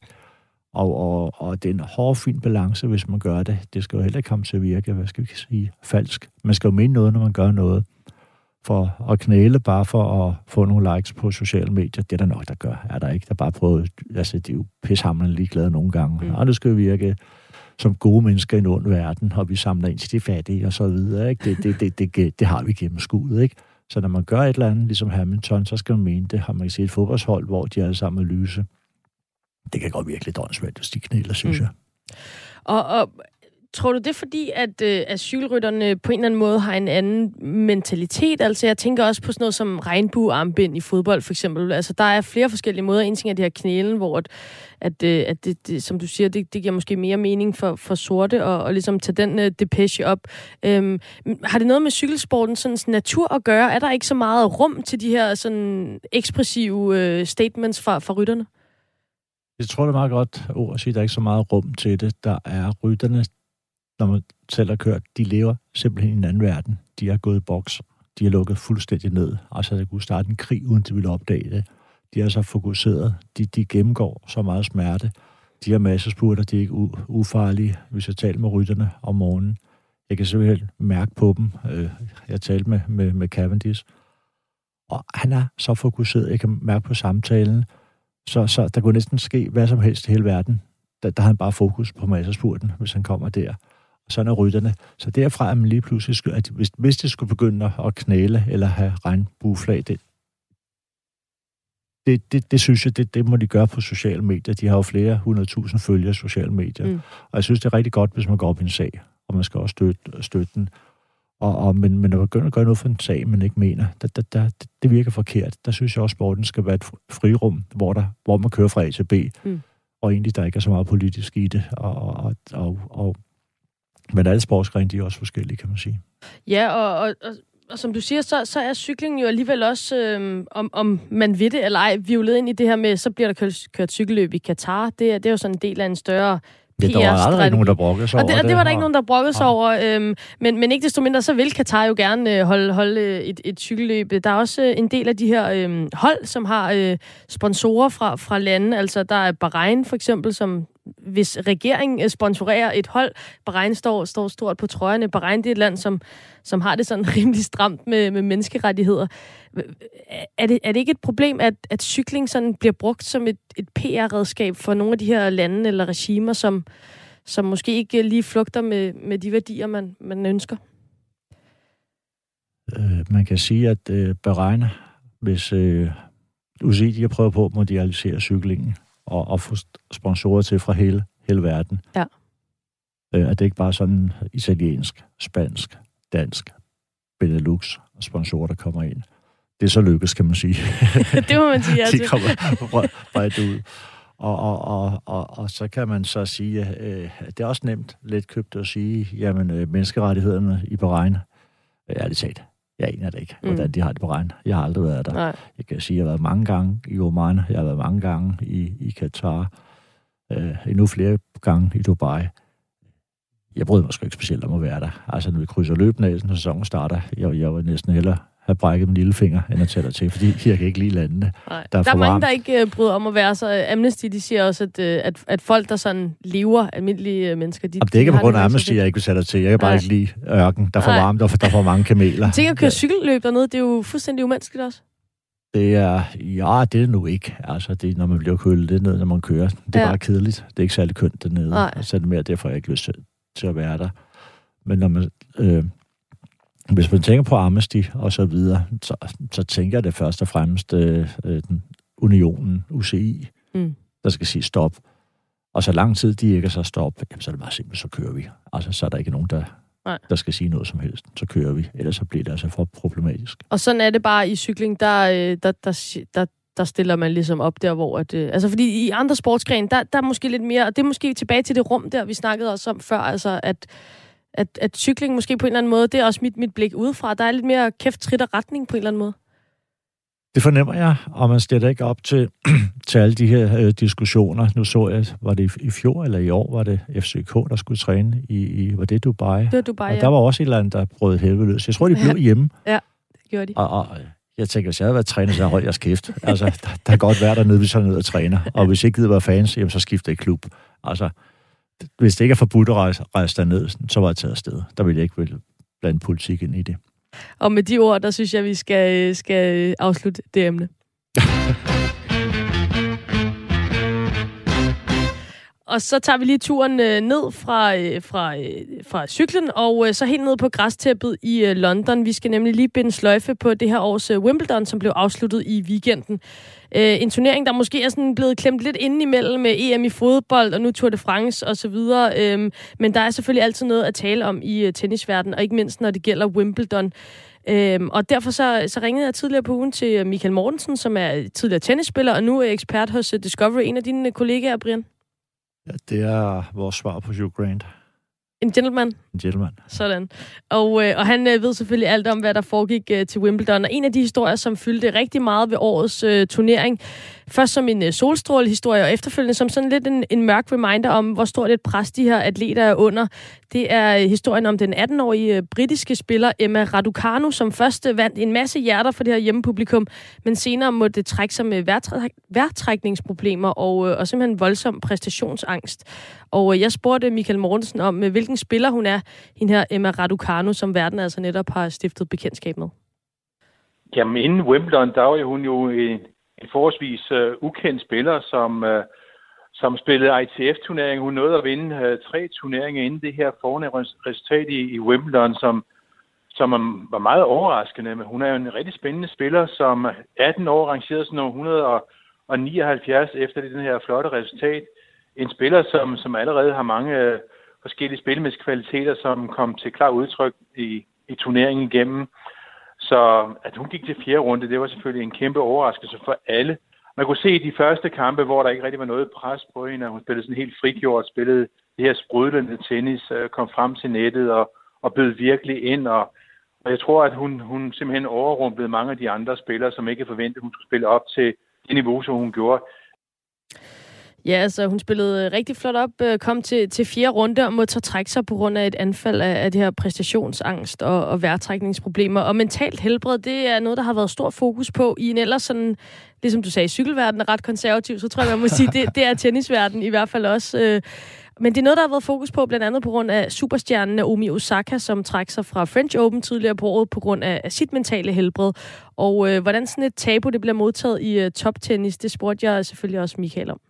Og det er en hård, fin balance, hvis man gør det. Det skal jo heller ikke komme til at virke, hvad skal vi sige, falsk. Man skal jo mene noget, når man gør noget. For at knæle bare for at få nogle likes på sociale medier, det er der nok, der gør. Er der ikke? Der bare prøvet, altså de er jo pishamrende ligeglade nogle gange. Og det skal jo virke som gode mennesker i en ond verden, og vi samler ind til de fattige og så videre. Ikke? Det har vi gennemskuet, ikke? Så når man gør et eller andet, ligesom Hamilton, så skal man mene det. Har man kan se et fodboldshold, hvor de alle sammen er lyse. Det kan godt virkelig dårligt, hvis de knæler, synes jeg. Og tror du det er fordi, at cykelrytterne på en eller anden måde har en anden mentalitet? Altså jeg tænker også på sådan noget som regnbuearmbind i fodbold for eksempel. Altså der er flere forskellige måder. En ting er det her knælen, hvor at det, som du siger, det giver måske mere mening for sorte og ligesom tage den depeche op. Har det noget med cykelsporten sådan natur at gøre? Er der ikke så meget rum til de her sådan ekspressive statements fra rytterne? Jeg tror, det er meget godt ord at sige, at der er ikke så meget rum til det. Der er rytterne, når man selv har kørt, de lever simpelthen i en anden verden. De er gået i boks. De er lukket fuldstændig ned. Altså, der kunne starte en krig, uden de ville opdage det. De er så fokuseret. De gennemgår så meget smerte. De har massespurter, de er ikke ufarlige, hvis jeg taler med rytterne om morgenen. Jeg kan simpelthen mærke på dem. Jeg talte med Cavendish. Og han er så fokuseret. Jeg kan mærke på samtalen. Så der kunne næsten ske hvad som helst i hele verden. Der har han bare fokus på massespurten, hvis han kommer der. Og sådan er rytterne. Så derfra er man lige pludselig, at hvis det skulle begynde at knæle eller have regnbueflag, det synes jeg, det må de gøre på sociale medier. De har jo flere 100.000 følgere i sociale medier. Og jeg synes, det er rigtig godt, hvis man går op i en sag, og man skal også støtte den. Men når man begynder at gøre noget for en sag, man ikke mener, det virker forkert. Der synes jeg også, at sporten skal være et frirum, hvor man kører fra A til B, og egentlig der ikke er så meget politisk i det. Men alle sportsgrene, de er også forskellige, kan man sige. Ja, og som du siger, så er cyklingen jo alligevel også, om man ved det eller ej, violet ind i det her med, så bliver der kørt cykelløb i Katar. Det er jo sådan en del af en større PR-strategi. Ja, der var aldrig nogen, der brokkede sig over det. Og det var der ikke nogen, der brokkede sig over. Men ikke desto mindre, så vil Katar jo gerne holde et cykelløb. Der er også en del af de her hold, som har sponsorer fra lande. Altså, der er Bahrain for eksempel, som hvis regeringen sponsorerer et hold, Bahrain står stort på trøjerne. Bahrain, det er et land, som har det sådan rimelig stramt med menneskerettigheder. Er det ikke et problem, at cykling sådan bliver brugt som et PR-redskab for nogle af de her lande eller regimer, som måske ikke lige flugter med de værdier, man ønsker? Man kan sige, at Bahrain, hvis UCI de har prøvet på at mondialisere cyklingen og få sponsorer til fra hele verden. Ja. At det ikke bare sådan italiensk, spansk, dansk, Benelux og sponsorer, der kommer ind. Det er så lykkes, kan man sige. Det må man sige, altså. De kommer bredt ud. Og så kan man så sige, at det er også nemt let købt at sige, jamen menneskerettighederne i Bahrain, ærligt talt, jeg aner det ikke, hvordan de har det på Bahrain. Jeg har aldrig været der. Nej. Jeg kan sige, at jeg har været mange gange i Oman, jeg har været mange gange i Katar, endnu flere gange i Dubai. Jeg bryder mig sgu ikke specielt om at være der. Altså, når vi krydser løbende, når sæsonen starter, jeg var næsten hellere have brækket min lillefinger, end at tage der til, fordi jeg kan ikke lide landene. Der er mange, der ikke bryder om at være så. Amnesty, de siger også, at folk, der sådan lever, almindelige mennesker, det er ikke på grund af Amnesty, jeg ikke vil sætte dig til. Jeg kan bare ikke lide ørken. Der er for varmt, der er for mange kameler. Tænk at køre cykelløb dernede, det er jo fuldstændig umenneskeligt også. Det er det nu ikke. Altså, det er, når man bliver kølet det ned, når man kører. Det er bare kedeligt. Det er ikke særlig kønt dernede. Altså, det er mere derfor, jeg ikke lyst til at være der. Men når man... Hvis man tænker på Amnesty og så videre, så tænker jeg det først og fremmest den unionen, UCI, der skal sige stop. Og så lang tid de ikke så stop, jamen, så er det meget simpelt, så kører vi. Altså, så er der ikke nogen, der skal sige noget som helst. Så kører vi, ellers så bliver det altså for problematisk. Og sådan er det bare i cykling, der stiller man ligesom op der, hvor... altså, fordi i andre sportsgrene, der er måske lidt mere... Og det er måske tilbage til det rum der, vi snakkede også om før, altså at cykling måske på en eller anden måde, det er også mit blik udefra. Der er lidt mere kæft, trit og retning på en eller anden måde. Det fornemmer jeg, og man stiller ikke op til alle de her diskussioner. Nu så jeg, var det i fjor eller i år, var det FCK, der skulle træne var det Dubai? Det var Dubai, og der var også et eller andet, der brød helvede løs. Jeg tror, de blev hjemme. Ja, det gjorde de. Og jeg tænker, hvis jeg havde været træner, så holdt jeg kæft. Altså, der kan godt være dernede, hvis jeg er nede og træner. Og hvis jeg ikke gider være fans, jamen, så skifter jeg klub. Altså, hvis det ikke er forbudt at rejse derned, så var jeg taget afsted. Der ville jeg ikke blande politik ind i det. Og med de ord, der synes jeg, vi skal afslutte det emne. Og så tager vi lige turen ned fra cyklen, og så helt ned på græstæppet i London. Vi skal nemlig lige binde sløjfe på det her års Wimbledon, som blev afsluttet i weekenden. En turnering, der måske er sådan blevet klemt lidt inde imellem med EM i fodbold, og nu Tour de France osv. Men der er selvfølgelig altid noget at tale om i tennisverdenen, og ikke mindst når det gælder Wimbledon. Og derfor så ringede jeg tidligere på ugen til Michael Mortensen, som er tidligere tennisspiller, og nu er ekspert hos Discovery. En af dine kollegaer, Brian? Ja, det er vores svar på Hugh Grant. En gentleman? En gentleman. Sådan. Og han ved selvfølgelig alt om, hvad der foregik til Wimbledon. Og en af de historier, som fyldte rigtig meget ved årets turnering, først som en solstrålehistorie, og efterfølgende som sådan lidt en mørk reminder om, hvor stort et pres de her atleter er under. Det er historien om den 18-årige britiske spiller Emma Raducanu, som først vandt en masse hjerter for det her hjemmepublikum, men senere måtte trække sig med vejrtrækningsproblemer og simpelthen voldsom præstationsangst. Og jeg spurgte Michael Mortensen om, hvilken spiller hun er, hende her Emma Raducanu, som verden altså netop har stiftet bekendtskab med. Jamen, inden Wimbledon, der var hun jo en forholdsvis ukendt spiller, som spillede ITF-turnering. Hun nåede at vinde 3 turneringer inden det her fornemme resultat i Wimbledon, som var meget overraskende. Men hun er jo en rigtig spændende spiller, som 18 år rangerede som 179 efter den her flotte resultat. En spiller, som allerede har mange forskellige spillemæssige kvaliteter, som kom til klar udtryk i turneringen igennem. Så at hun gik til 4. runde, det var selvfølgelig en kæmpe overraskelse for alle. Man kunne se i de første kampe, hvor der ikke rigtig var noget pres på hende, hun spillede sådan helt frigjort, spillede det her sprudlende tennis, kom frem til nettet og bød virkelig ind. Og jeg tror, at hun simpelthen overrumplede mange af de andre spillere, som ikke forventede, at hun skulle spille op til det niveau, som hun gjorde. Ja, altså hun spillede rigtig flot op, kom til 4. runde og måtte trække sig på grund af et anfald af det her præstationsangst og vejrtrækningsproblemer. Og mentalt helbred, det er noget, der har været stor fokus på i en ellers sådan, ligesom du sagde, cykelverden er ret konservativ, så tror jeg, man må sige, det er tennisverden i hvert fald også. Men det er noget, der har været fokus på, blandt andet på grund af superstjernen Naomi Osaka, som trak sig fra French Open tidligere på året på grund af sit mentale helbred. Og hvordan sådan et tabu, det bliver modtaget i toptennis, det spurgte jeg selvfølgelig også Michael om.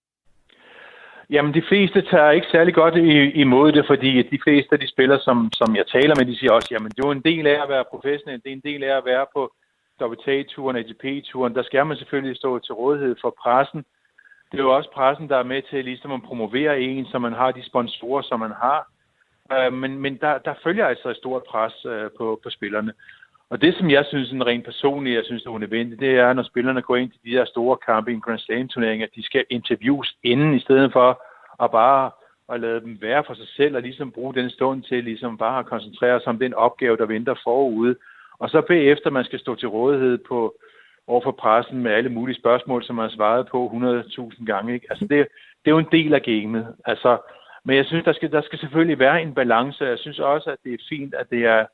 Jamen, de fleste tager ikke særlig godt imod det, fordi de fleste af de spillere, som jeg taler med, de siger også, jamen, det er jo en del af at være professionel, det er en del af at være på WTA-turen, ATP-turen, der skal man selvfølgelig stå til rådighed for pressen. Det er jo også pressen, der er med til ligesom at promovere en, så man har de sponsorer, som man har. Men der følger altså et stort pres på spillerne. Og det, som jeg synes er rent personligt, jeg synes er unødvendigt, det er, når spillerne går ind til de her store kampe i en Grand Slam-turnering, at de skal interviews inden, i stedet for at bare at lade dem være for sig selv, og ligesom bruge den stund til ligesom bare at koncentrere sig om den opgave, der venter forude. Og så bagefter, man skal stå til rådighed over for pressen med alle mulige spørgsmål, som man har svaret på 100.000 gange. Ikke? Altså, det er jo en del af gamet. Altså, men jeg synes, der skal selvfølgelig være en balance. Jeg synes også, at det er fint, at det er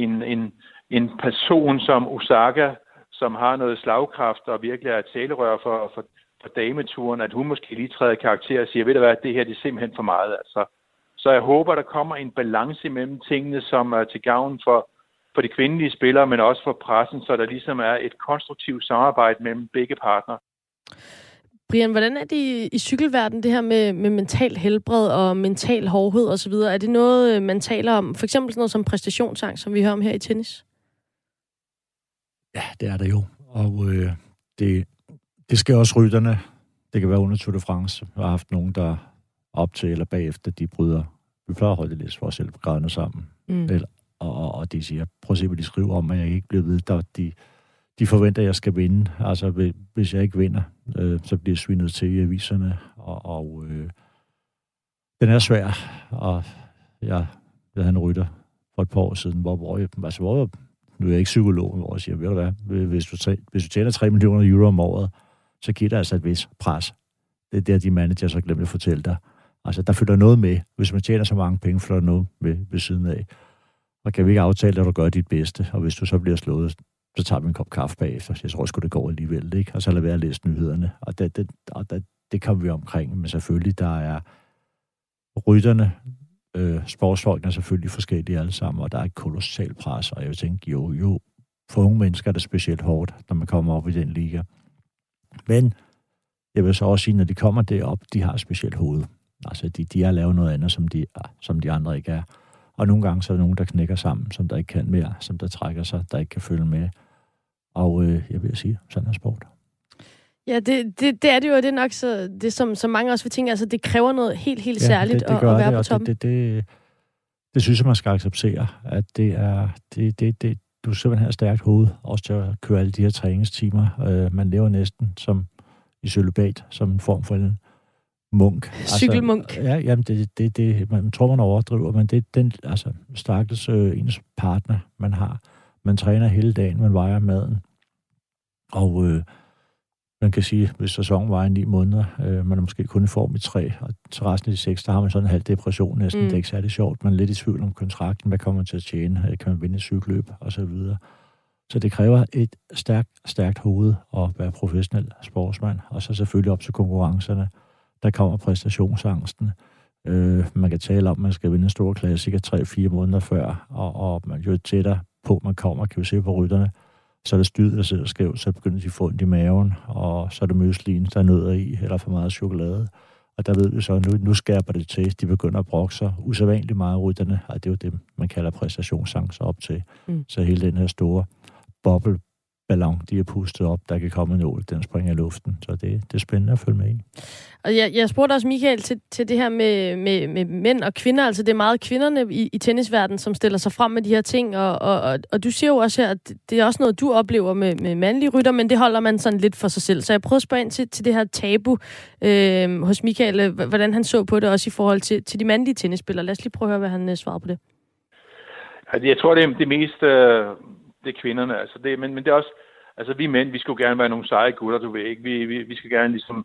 en person som Osaka, som har noget slagkraft og virkelig er et talerør for dameturen, at hun måske lige træder karakter og siger, ved du hvad, det her det er simpelthen for meget. Altså. Så jeg håber, der kommer en balance mellem tingene, som er til gavn for de kvindelige spillere, men også for pressen, så der ligesom er et konstruktivt samarbejde mellem begge partnere. Brian, hvordan er det i cykelverdenen, det her med mental helbred og mental hårdhed osv.? Er det noget, man taler om? For eksempel sådan noget som præstationsangst, som vi hører om her i tennis? Ja, det er det jo. Og det skal også rytterne. Det kan være under Tour de France. Jeg har haft nogen, der op til eller bagefter, de bryder. Vi plejer at holde det lidt for os selv på graderne sammen. Og de siger, prøv at se, hvad de skriver om, at jeg ikke bliver ved. De forventer, at jeg skal vinde. Altså, hvis jeg ikke vinder, så bliver jeg svinet til i aviserne. Og den er svær. Og jeg havde en rytter for et par år siden, hvor nu er jeg ikke psykolog, hvor jeg siger, ved du hvad, hvis du tjener 3 millioner euro om året, så giver det altså et vis pres. Det er der, de manager så glemte at fortælle dig. Altså, der følger noget med. Hvis man tjener så mange penge, følger noget med ved siden af. Og kan vi ikke aftale, at du gør dit bedste, og hvis du så bliver slået, så tager vi en kop kaffe bagefter. Jeg tror sgu, det går alligevel, ikke? Og så lad være at læse nyhederne. Og det kommer vi omkring. Men selvfølgelig, der er rytterne, sportsfolkene er selvfølgelig forskellige alle sammen, og der er et kolossalt pres. Og jeg vil tænke, jo, for unge mennesker er det specielt hårdt, når man kommer op i den liga. Men jeg vil så også sige, når de kommer derop, de har et specielt hoved. Altså, de har lavet noget andet, som de andre ikke er. Og nogle gange så er der nogen, der knækker sammen, som der ikke kan mere, som der trækker sig, der ikke kan følge med. Og jeg vil sige, sådan er sport. Ja, det er det jo, det er nok så, det som mange også vil tænke, altså det kræver noget helt særligt at være på toppen. Det synes jeg, man skal acceptere, at du simpelthen har stærkt hoved, også til at køre alle de her træningstimer. Man lever næsten som i cølibat, som en form for en munk. Cykelmunk. Altså, ja, jamen det man tror, man overdriver, men det er den stakkels ens partner, man har. Man træner hele dagen, man vejer maden. Og man kan sige, hvis sæsonen var i 9 måneder, man er måske kun i form i 3, og til resten af de 6, der har man sådan en halv depression næsten. Det er ikke særlig sjovt. Man er lidt i tvivl om kontrakten. Hvad kommer man til at tjene? Kan man vinde et cykelløb? Og så videre. Så det kræver et stærkt hoved at være professionel sportsmand. Og så selvfølgelig op til konkurrencerne. Der kommer præstationsangsten. Man kan tale om, at man skal vinde en stor klassiker 3-4 måneder før, og man jo tættere på, man kommer, kan vi se på rytterne, så er det styret, der sidder skævt, så begynder de at få ondt i maven, og så er det møslin, der er nødder i, eller for meget chokolade. Og der ved vi så, at nu skærper det til, de begynder at brokke sig usædvanligt meget rytterne, og det er jo det, man kalder præstationsangst op til. Så hele den her store bobleballon, de er pustet op, der kan komme en ål, den springer i luften. Så det er spændende at følge med i. Og jeg spurgte også Michael til det her med mænd og kvinder. Altså det er meget kvinderne i tennisverdenen, som stiller sig frem med de her ting. Og du siger jo også her, at det er også noget, du oplever med mandlige rytter, men det holder man sådan lidt for sig selv. Så jeg prøvede at spørge ind til det her tabu hos Michael, hvordan han så på det, også i forhold til de mandlige tennisspillere. Lad os lige prøve at høre, hvad han svarede på det. Jeg tror, det er det mest... Det er kvinderne, altså men det er også, altså vi mænd, vi skulle gerne være nogle seje gutter, du ved ikke, vi skal gerne ligesom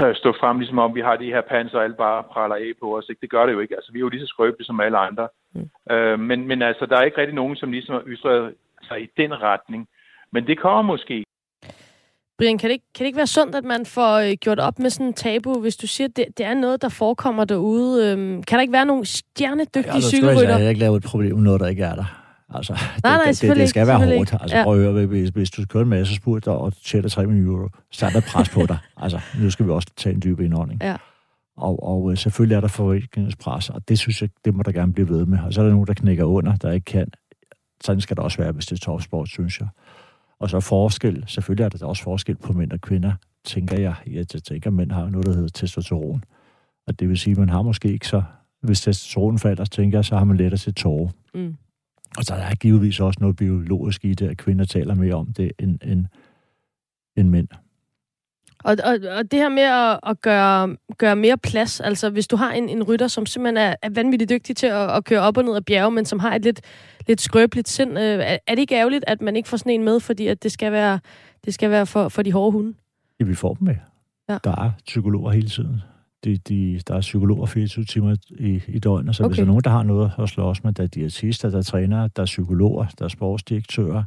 stå frem, ligesom om vi har de her panser, og alle bare praller af på os. Ikke? Det gør det jo ikke. Altså, vi er jo lige så skrøbelige som alle andre. Men altså, der er ikke rigtig nogen, som ligesom ytrer sig i den retning. Men det kommer måske. Brian, kan det ikke være sundt, at man får gjort op med sådan en tabu, hvis du siger, at det er noget, der forekommer derude? Kan der ikke være nogle stjernedygtige cykelrytter? Jeg har ikke lavet et problem med noget, der ikke er der. Altså, det skal være hårdt. Altså, prøv at høre, hvis du kører en masse spurt og tjener 3 millioner euro, så er der pres på dig. Altså, nu skal vi også tage en dyb indånding. Ja. Og selvfølgelig er der forventningspres, og det synes jeg, det må der gerne blive ved med. Og så er der nogen, der knækker under, der ikke kan. Sådan skal det også være, hvis det er topsport, synes jeg. Og så forskel. Selvfølgelig er der også forskel på mænd og kvinder, tænker jeg. Jeg tænker, at mænd har noget, der hedder testosteron. Og det vil sige, at man har måske ikke så... Hvis testosteron falder, tænker jeg, så har man lettere til tårer. Mm. Og så er der givetvis også noget biologisk i det, at kvinder taler mere om det end mænd. Og det her med at gøre mere plads, altså hvis du har en rytter, som simpelthen er vanvittigt dygtig til at køre op og ned ad bjerge, men som har et lidt skrøbeligt sind, er det ikke ærgerligt, at man ikke får sådan en med, fordi at det skal være for de hårde hunde? Ja, vi får dem med. Ja. Der er psykologer hele tiden. Der er psykologer 24 timer i døgnet, så hvis der er nogen, der har noget at slås med, der er diætister, der er trænere, der er psykologer, der er sportsdirektører.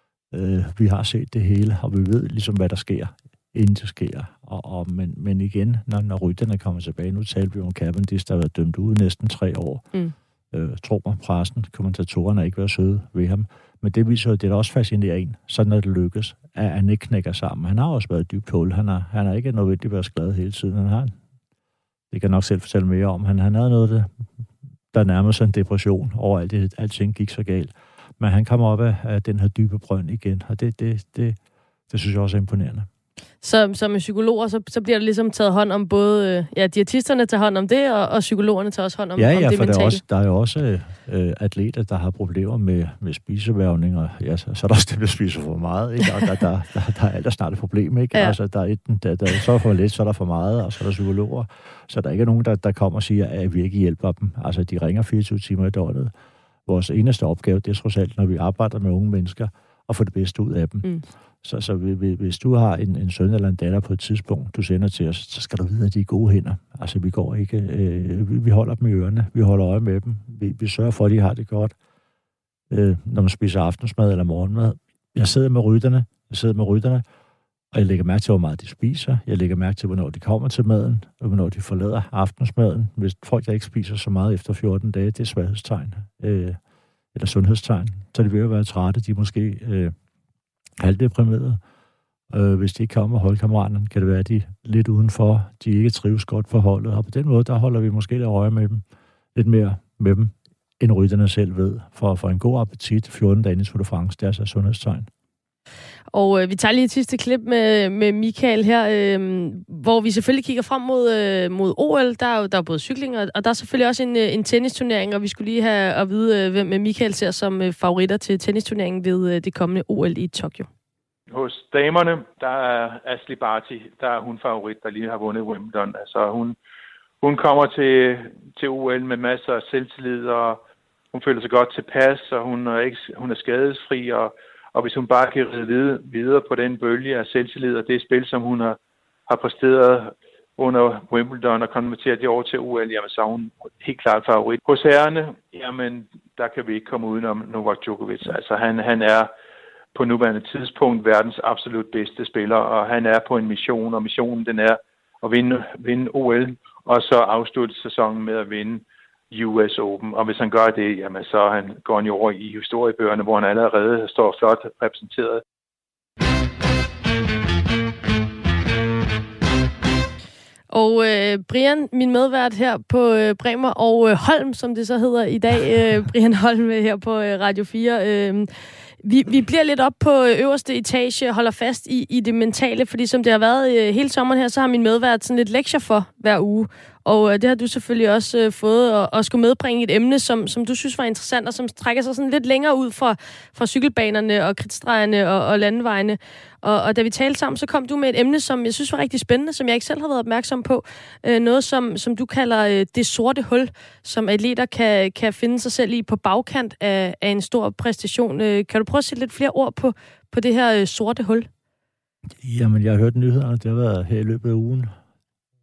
Vi har set det hele, og vi ved ligesom, hvad der sker, inden det sker. Men igen, når rytterne kommer tilbage, nu taler vi om Cavendish, der har været dømt ude næsten 3 år. Tror mig, pressen, kommentatorerne har ikke været søde ved ham. Men det viser jo, det er også fascinerende en, sådan at det lykkes, at han ikke knækker sammen. Han har også været dybt hul. Han har ikke nødvendigt været glad hele tiden. Han har det kan jeg nok selv fortælle mere om. Han havde noget, der nærmede sig en depression over alting gik så galt. Men han kom op af den her dybe brønd igen, og det synes jeg også er imponerende. Så med psykologer, så bliver der ligesom taget hånd om både... diætisterne tager hånd om det, og psykologerne tager også hånd om det mentale. Der er jo også atleter, der har problemer med spiseværvning, og så er der også dem, der spiser for meget, ikke? Og der er alt snart et problem, ikke? Ja. Altså, der er så for lidt, så er der for meget, og så er der psykologer. Så der er ikke nogen, der kommer og siger, at vi ikke hjælper dem. Altså, de ringer 24 timer i døgnet. Vores eneste opgave, det er trods alt, når vi arbejder med unge mennesker, at få det bedste ud af dem. Mm. Så hvis du har en søn eller en datter på et tidspunkt, du sender til os, så skal du vide, at de er gode hænder. Altså, vi går ikke... vi holder dem i ørerne. Vi holder øje med dem. Vi sørger for, at de har det godt. Når man spiser aftensmad eller morgenmad. Jeg sidder med rytterne, og jeg lægger mærke til, hvor meget de spiser. Jeg lægger mærke til, hvornår de kommer til maden, og hvornår de forlader aftensmaden. Hvis folk, der ikke spiser så meget efter 14 dage, det er svaghedstegn. Eller sundhedstegn. Så de vil jo være trætte. De er måske... halvdeprimerede. Hvis de ikke kommer holdkammeraterne, kan det være, at de er lidt udenfor, de ikke trives godt for holdet, og på den måde, der holder vi måske lidt øje med dem, lidt mere med dem, end rytterne selv ved, for en god appetit 14 dage i Tour de France, det er altså sundhedstegn. Og vi tager lige et sidste klip med Michael her, hvor vi selvfølgelig kigger frem mod OL. Der er både cykling, og der er selvfølgelig også en tennisturnering, og vi skulle lige have at vide, hvem Michael ser som favoritter til tennisturneringen ved det kommende OL i Tokyo. Hos damerne, der er Ashley Barty, der er hun favorit, der lige har vundet Wimbledon. Altså hun kommer til OL med masser af selvtillid, og hun føler sig godt tilpas, og hun er skadesfri, og hvis hun bare kan ride videre på den bølge af selvtillid og det spil, som hun har præsteret under Wimbledon og konverteret det over til OL, jamen så er hun helt klart favorit. Hos herrerne, jamen der kan vi ikke komme udenom Novak Djokovic. Altså han er på nuværende tidspunkt verdens absolut bedste spiller, og han er på en mission, og missionen den er at vinde OL, og så afslutte sæsonen med at vinde US Open, og hvis han gør det, jamen så går han jo over i historiebøgerne, hvor han allerede står flot repræsenteret. Og Brian, min medvært her på Bremer og Holm, som det så hedder i dag, Brian Holm her på Radio 4. Vi bliver lidt op på øverste etage og holder fast i det mentale, fordi som det har været hele sommeren her, så har min medvært sådan lidt lektier for hver uge. Og det har du selvfølgelig også fået at skulle medbringe et emne, som du synes var interessant, og som trækker sig sådan lidt længere ud fra cykelbanerne og kridtstregerne og landevejene. Og da vi talte sammen, så kom du med et emne, som jeg synes var rigtig spændende, som jeg ikke selv har været opmærksom på. Noget, som du kalder det sorte hul, som atleter kan finde sig selv i på bagkant af en stor præstation. Kan du prøve at sætte lidt flere ord på det her sorte hul? Jamen, jeg har hørt nyhederne, det har været her i løbet af ugen.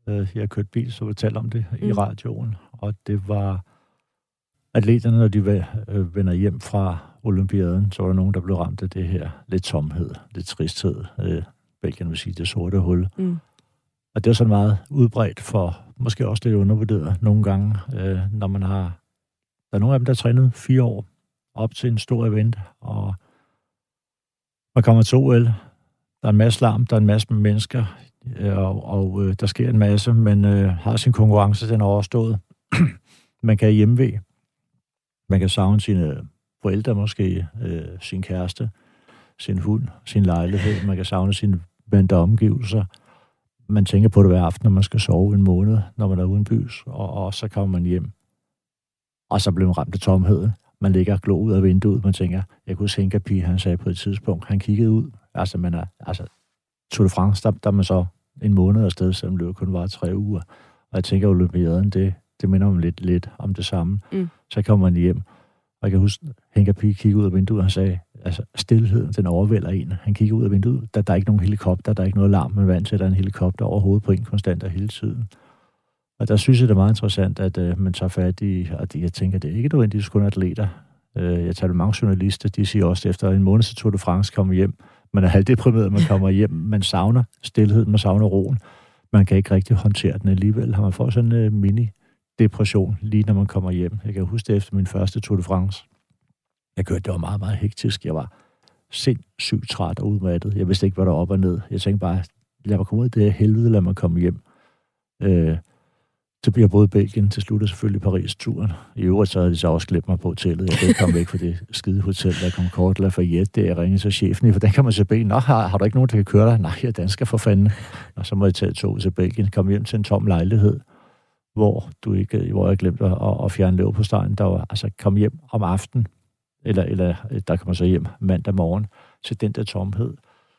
Jeg kørte bil, så fortalte om det i radioen, og det var atleterne, når de vender hjem fra olympiaden, så var der nogen, der blev ramt af det her lidt tomhed, lidt tristhed. Belgien vil sige det sorte hul. Og det er sådan meget udbredt for, måske også lidt undervurderet nogle gange, når man har... Der er nogle af dem, der har trænet 4 år op til en stor event, og man kommer til OL. Der er en masse larm, der er en masse mennesker, og der sker en masse, men har sin konkurrence, den er overstået. Man kan hjemve. Man kan savne sine forældre måske, sin kæreste, sin hund, sin lejlighed. Man kan savne sine vante omgivelser. Man tænker på det hver aften, når man skal sove en måned, når man er uden bys, og så kommer man hjem. Og så bliver man ramt af tomheden. Man ligger og glor ud af vinduet. Man tænker, jeg kunne se Henka Pige, han sagde på et tidspunkt, han kiggede ud. Tour de France, der er man så en måned afsted, selvom løbet kun var 3 uger. Og jeg tænker, olympiaden, det minder om lidt om det samme. Så kommer man hjem, og jeg kan huske, Henka Pige kiggede ud af vinduet, og han sagde, stilheden, den overvælder en. Han kigger ud af vinduet, der er ikke nogen helikopter, der er ikke noget larm, man er vant til, at der er en helikopter over hovedet på en konstant hele tiden. Og der synes jeg, det er meget interessant, at man tager fat i, og jeg tænker, det er ikke nødvendigvis kun atleter. Jeg tager med mange journalister, de siger også, efter en måned til Tour de France kommer hjem, man er halvdeprimeret, man kommer hjem, man savner stilheden, man savner roen. Man kan ikke rigtig håndtere den alligevel. Har man fået sådan en mini-depression, lige når man kommer hjem. Jeg kan huske det efter min første Tour de France. Jeg kørte, det var meget, meget hektisk. Jeg var sindssygt træt og udmattet. Jeg vidste ikke, hvad der var op og ned. Jeg tænkte bare, lad mig komme ud af det her helvede, lad mig komme hjem. Så bliver både Belgien, til slut og selvfølgelig Paris-turen. I øvrigt så havde de så også glemt mig på hotellet. Jeg kunne ikke komme væk fra det skide hotel, der kom kort Lafayette. Det jeg ringede til chefen, for den kan man se benen. Nå, har du ikke nogen, der kan køre dig? Nej, jeg er dansker for fanden. Og så må jeg tage tog til Belgien, komme hjem til en tom lejlighed, hvor jeg glemte at fjerne leverpostejen. Der var altså kom hjem om aftenen, eller der kommer så hjem mandag morgen til den der tomhed.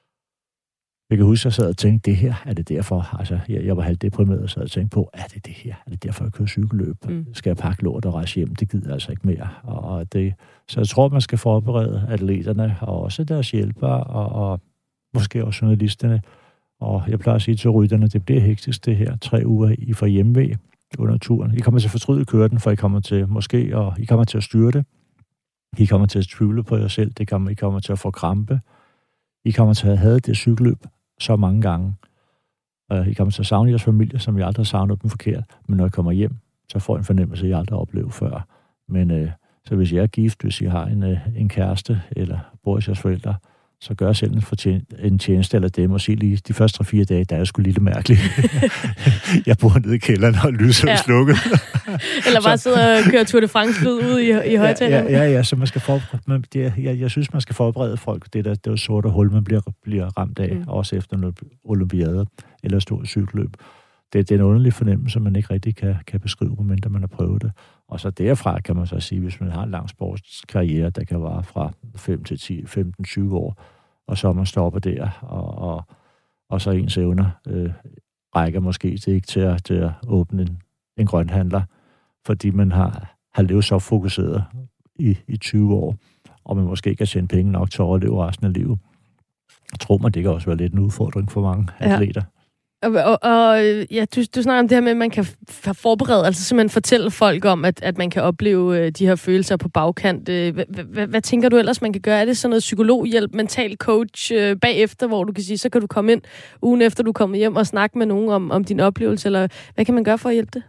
Jeg kan huske, at jeg sad og tænkte, det her, er det derfor? Altså, jeg var halvdeprimeret og sad og tænkte på, er det her? Er det derfor, jeg kører cykelløb? Skal jeg pakke lort og rejse hjem? Det gider jeg altså ikke mere. Så jeg tror, man skal forberede atleterne, og også deres hjælpere, og måske også journalisterne. Og jeg plejer at sige til rytterne, det bliver hektisk det her. 3 uger, I får hjemmevæg under turen. I kommer til at fortryde kører den, for I kommer til I kommer til at styre det. I kommer til at tvivle på jer selv. I kommer til at få krampe. I kommer til at have det cykelløb så mange gange. I kommer til at savne jeres familie, som jeg aldrig har savnet dem forkert. Men når I kommer hjem, så får I en fornemmelse, jeg aldrig har oplevet før. Men så hvis jeg er gift, hvis I har en kæreste, eller bor hos jeres forældre, så gør selv en tjeneste eller dem, og sige lige, de første 3-4 dage, der er jeg sgu lidt mærkeligt. Jeg bor nede i kælderen, og lyset er slukket. Eller bare sidde og køre Tour de France ude i højtalerne. Ja, så man skal jeg synes, man skal forberede folk. Det er jo sorte hul, man bliver ramt af, også efter noget olympiade eller stor cykelløb. Det er en underlig fornemmelse, man ikke rigtig kan beskrive, medmindre man har prøvet det. Og så derfra kan man så sige, hvis man har en lang sportskarriere, der kan vare fra 5 til 10, 15-20 år, og så man stopper der, og så ens evner rækker måske ikke til at åbne en grønthandler, fordi man har levet så fokuseret i 20 år, og man måske ikke kan tjene penge nok til at overleve resten af livet. Jeg tror man, det kan også være lidt en udfordring for mange atleter. Ja, du snakker om det her med, at man kan forberede, altså simpelthen fortælle folk om, at man kan opleve de her følelser på bagkant. Hvad tænker du ellers, man kan gøre? Er det sådan noget psykologhjælp, mental coach bagefter, hvor du kan sige, så kan du komme ind ugen efter, du kommer hjem og snakke med nogen om din oplevelse, eller hvad kan man gøre for at hjælpe det?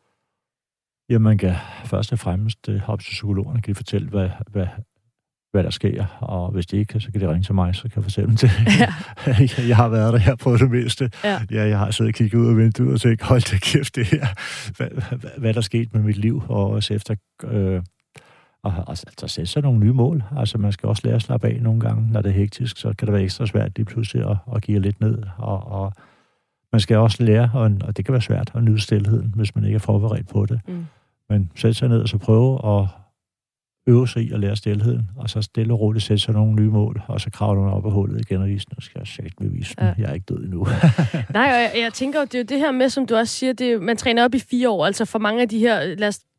Ja, man kan først og fremmest op til psykologerne, kan de fortælle, hvad der sker, og hvis de ikke kan, så kan de ringe til mig, så kan jeg fortælle dem det. Ja. Jeg har været der her på det meste. Ja, jeg har siddet og kigget ud af vinduet og tænkt, hold da kæft, det her. Hvad der skete med mit liv, og også efter at sætte sig nogle nye mål. Altså, man skal også lære at slappe af nogle gange, når det er hektisk, så kan det være ekstra svært lige pludselig at give lidt ned, og man skal også lære, og det kan være svært at nyde stilheden, hvis man ikke er forberedt på det. Men sætte sig ned og så prøve at øve sig i at lære stilheden, og så stille og roligt sætte sig nogle nye mål, og så kravler man op af hullet igen og vise, nu skal jeg sætte med visen. Ja. Jeg er ikke død endnu. Nej, og jeg tænker jo, det er jo det her med, som du også siger, man træner op i 4 år, altså for mange af de her, lad os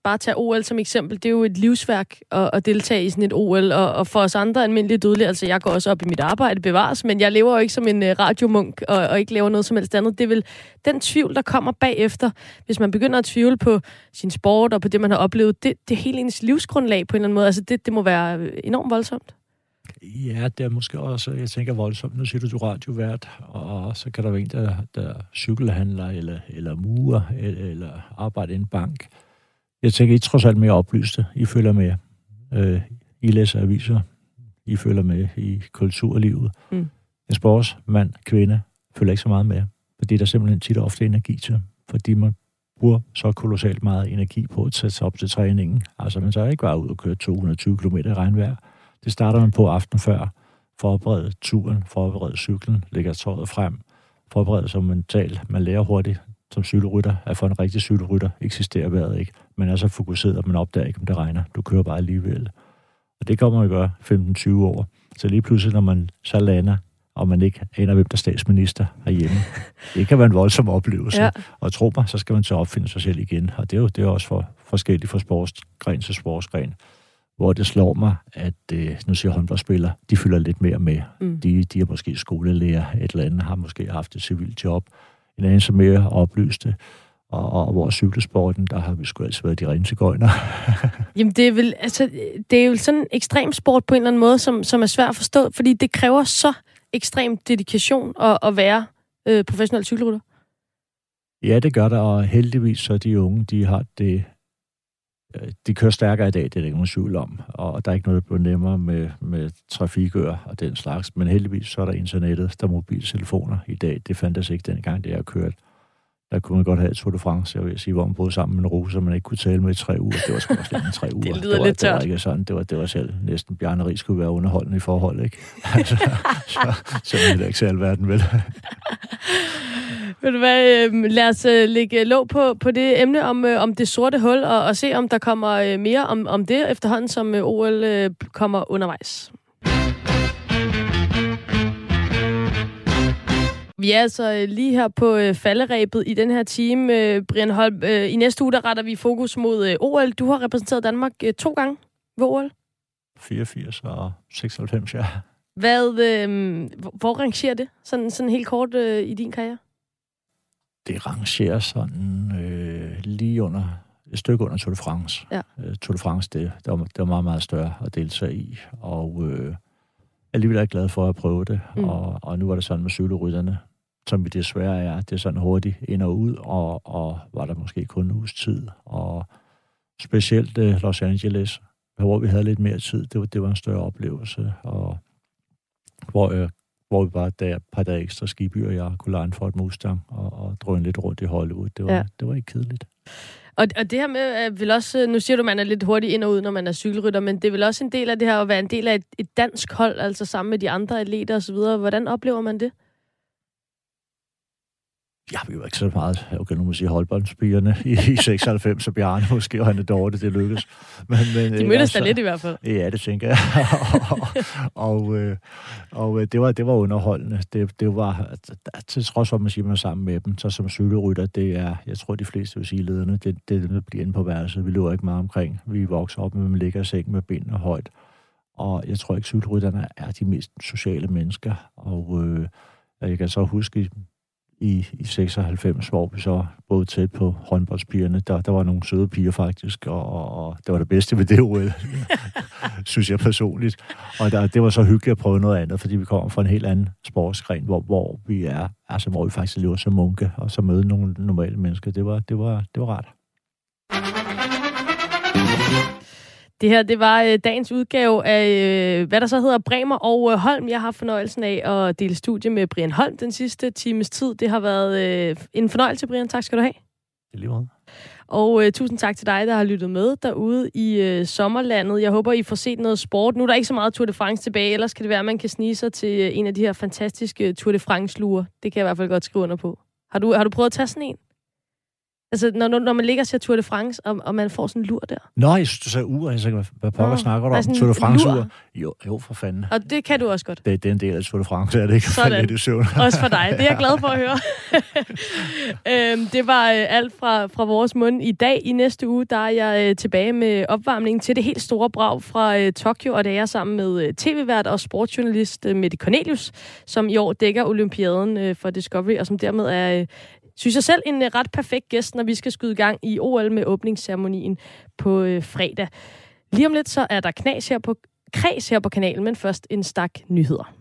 bare tage OL som eksempel. Det er jo et livsværk at deltage i sådan et OL, og for os andre almindelige dødelige, altså jeg går også op i mit arbejde, bevares, men jeg lever jo ikke som en radiomunk, og ikke laver noget som helst andet. Det er vel den tvivl, der kommer bagefter, hvis man begynder at tvivle på sin sport og på det, man har oplevet. Det er hele ens livsgrundlag på en eller anden måde. Altså det må være enormt voldsomt. Ja, det er måske også, jeg tænker voldsomt. Nu siger du radiovært, og så kan der være en, der cykelhandler, eller murer, eller arbejder i en bank. Jeg tænker, I trods alt mere oplyste. I følger med. I læser aviser. I følger med i kulturlivet. En sportsmand, kvinde, følger ikke så meget med. Fordi der simpelthen tit og ofte energi til. Fordi man bruger så kolossalt meget energi på at sætte sig op til træningen. Altså, man så ikke bare ud og køre 220 km i regnvejr. Det starter man på aften før. Forberede turen, forberede cyklen, lægger tøjet frem. Forberede sig mentalt. Man lærer hurtigt som cykelrytter, at for en rigtig cykelrytter eksisterer vejret ikke. Man er så fokuseret, at man opdager ikke, om det regner. Du kører bare alligevel. Og det kommer man at gøre 15-20 år. Så lige pludselig, når man så lander, og man ikke aner, hvem der er statsminister herhjemme. Det kan være en voldsom oplevelse. Ja. Og tro mig, så skal man så opfinde sig selv igen. Og det er jo også for forskelligt fra sportsgren til sportsgren. Hvor det slår mig, at nu siger håndboldspillere, de fylder lidt mere med. De er måske skolelærer, et eller andet, har måske haft et civilt job, en anelse mere oplyste. Og hvor cykelsporten, der har vi sgu altid været de rene cigøjner. Jamen det er jo sådan en ekstrem sport på en eller anden måde, som er svært at forstå, fordi det kræver så ekstrem dedikation at være professionel cykelrytter. Ja, det gør der, og heldigvis så de unge, de har det. De kører stærkere i dag, det er der ikke nogen tvivl om. Og der er ikke noget, der bliver nemmere med trafikører og den slags. Men heldigvis så er der internettet, der er mobiltelefoner i dag. Det fandtes ikke dengang, det er kørt. Der kunne man godt have et Tour de France, jeg vil sige, hvor man boede sammen med en rose, som man ikke kunne tale med i 3 uger. Det var sgu også lidt 3 uger. Det lyder lidt tørt. Det var ikke sådan. Det var selv næsten Bjarne Riis skulle være underholdende i forhold, ikke? Altså, så er det ikke så alverden, vel? Ved du hvad, lad os lægge låg på det emne om det sorte hul, og se, om der kommer mere om det efterhånden, som OL kommer undervejs. Vi er altså lige her på falderebet i den her time. Brian Holm, i næste uge, der retter vi fokus mod OL. Du har repræsenteret Danmark 2 gange ved OL. 84 og 96, ja. Hvor rangerer det? Sådan helt kort i din karriere? Det rangerer sådan lige under et stykke under Tour de France. Ja. Tour de France, det var meget, meget større at deltage i. Og alligevel er jeg glad for at prøve det. Og nu var det sådan med cykelrytterne, som vi desværre er. Det er sådan hurtigt ind og ud, og var der måske kun en uges tid. Og specielt Los Angeles, hvor vi havde lidt mere tid, det var en større oplevelse. Og hvor vi bare der et par dage ekstra skibyer, og jeg kunne lege for et Mustang og drøne lidt rundt i Hollywood. Det var ikke kedeligt. Og det her med, vil også, nu siger du, man er lidt hurtigt ind og ud, når man er cykelrytter, men det er vel også en del af det her at være en del af et dansk hold, altså sammen med de andre atleter osv. Hvordan oplever man det? Ja, vi var ikke så meget, okay, nu må jeg sige håndboldspillerne i 96, så Bjarne måske, og han er dårligt, det lykkes. Men, de mødtes da lidt i hvert fald. Ja, det tænker jeg. og det var underholdende. Det var, til trods for, at man siger, man er sammen med dem, så som cykelrytter, det er, jeg tror, de fleste vil sige lederne, det bliver inde på værelset. Vi løber ikke meget omkring. Vi vokser op, men man ligger i sengen med benene højt. Og jeg tror ikke, cykelrytterne er de mest sociale mennesker. Og jeg kan så huske i 96, hvor vi så boede tæt på håndboldspigerne. Der var nogle søde piger faktisk, og det var det bedste ved det OL, synes jeg personligt. Og det var så hyggeligt at prøve noget andet, fordi vi kommer fra en helt anden sportsgren, hvor vi er, altså hvor vi faktisk lever som munke, og så møde nogle normale mennesker. Det var rart. Det her, det var dagens udgave af, hvad der så hedder Bremer og Holm. Jeg har haft fornøjelsen af at dele studie med Brian Holm den sidste times tid. Det har været en fornøjelse, Brian. Tak skal du have. Det er lige meget. Og tusind tak til dig, der har lyttet med derude i sommerlandet. Jeg håber, I får set noget sport. Nu er der ikke så meget Tour de France tilbage, ellers kan det være, at man kan snige sig til en af de her fantastiske Tour de France-lurer. Det kan jeg i hvert fald godt skrive under på. Har du prøvet at tage sådan en? Altså, når man ligger og ser Tour de France, og man får sådan en lur der. Nå, jeg synes, du sagde ur. Jeg tænker, hvad pokker snakker du om? Tour de France-ur? Jo, for fanden. Og det kan du også godt. Det er en del af Tour de France, er det ikke? Sådan. Lidt i søvn. Også for dig. Det er jeg glad for at høre. Det var alt fra vores mund i dag. I næste uge, der er jeg tilbage med opvarmningen til det helt store brag fra Tokyo, og det er jeg sammen med tv-vært og sportsjournalist Mette Cornelius, som i år dækker olympiaden for Discovery, og som dermed er... synes jeg selv en ret perfekt gæst, når vi skal skyde i gang i OL med åbningsceremonien på fredag. Lige om lidt så er der kreds her på kanalen, men først en stak nyheder.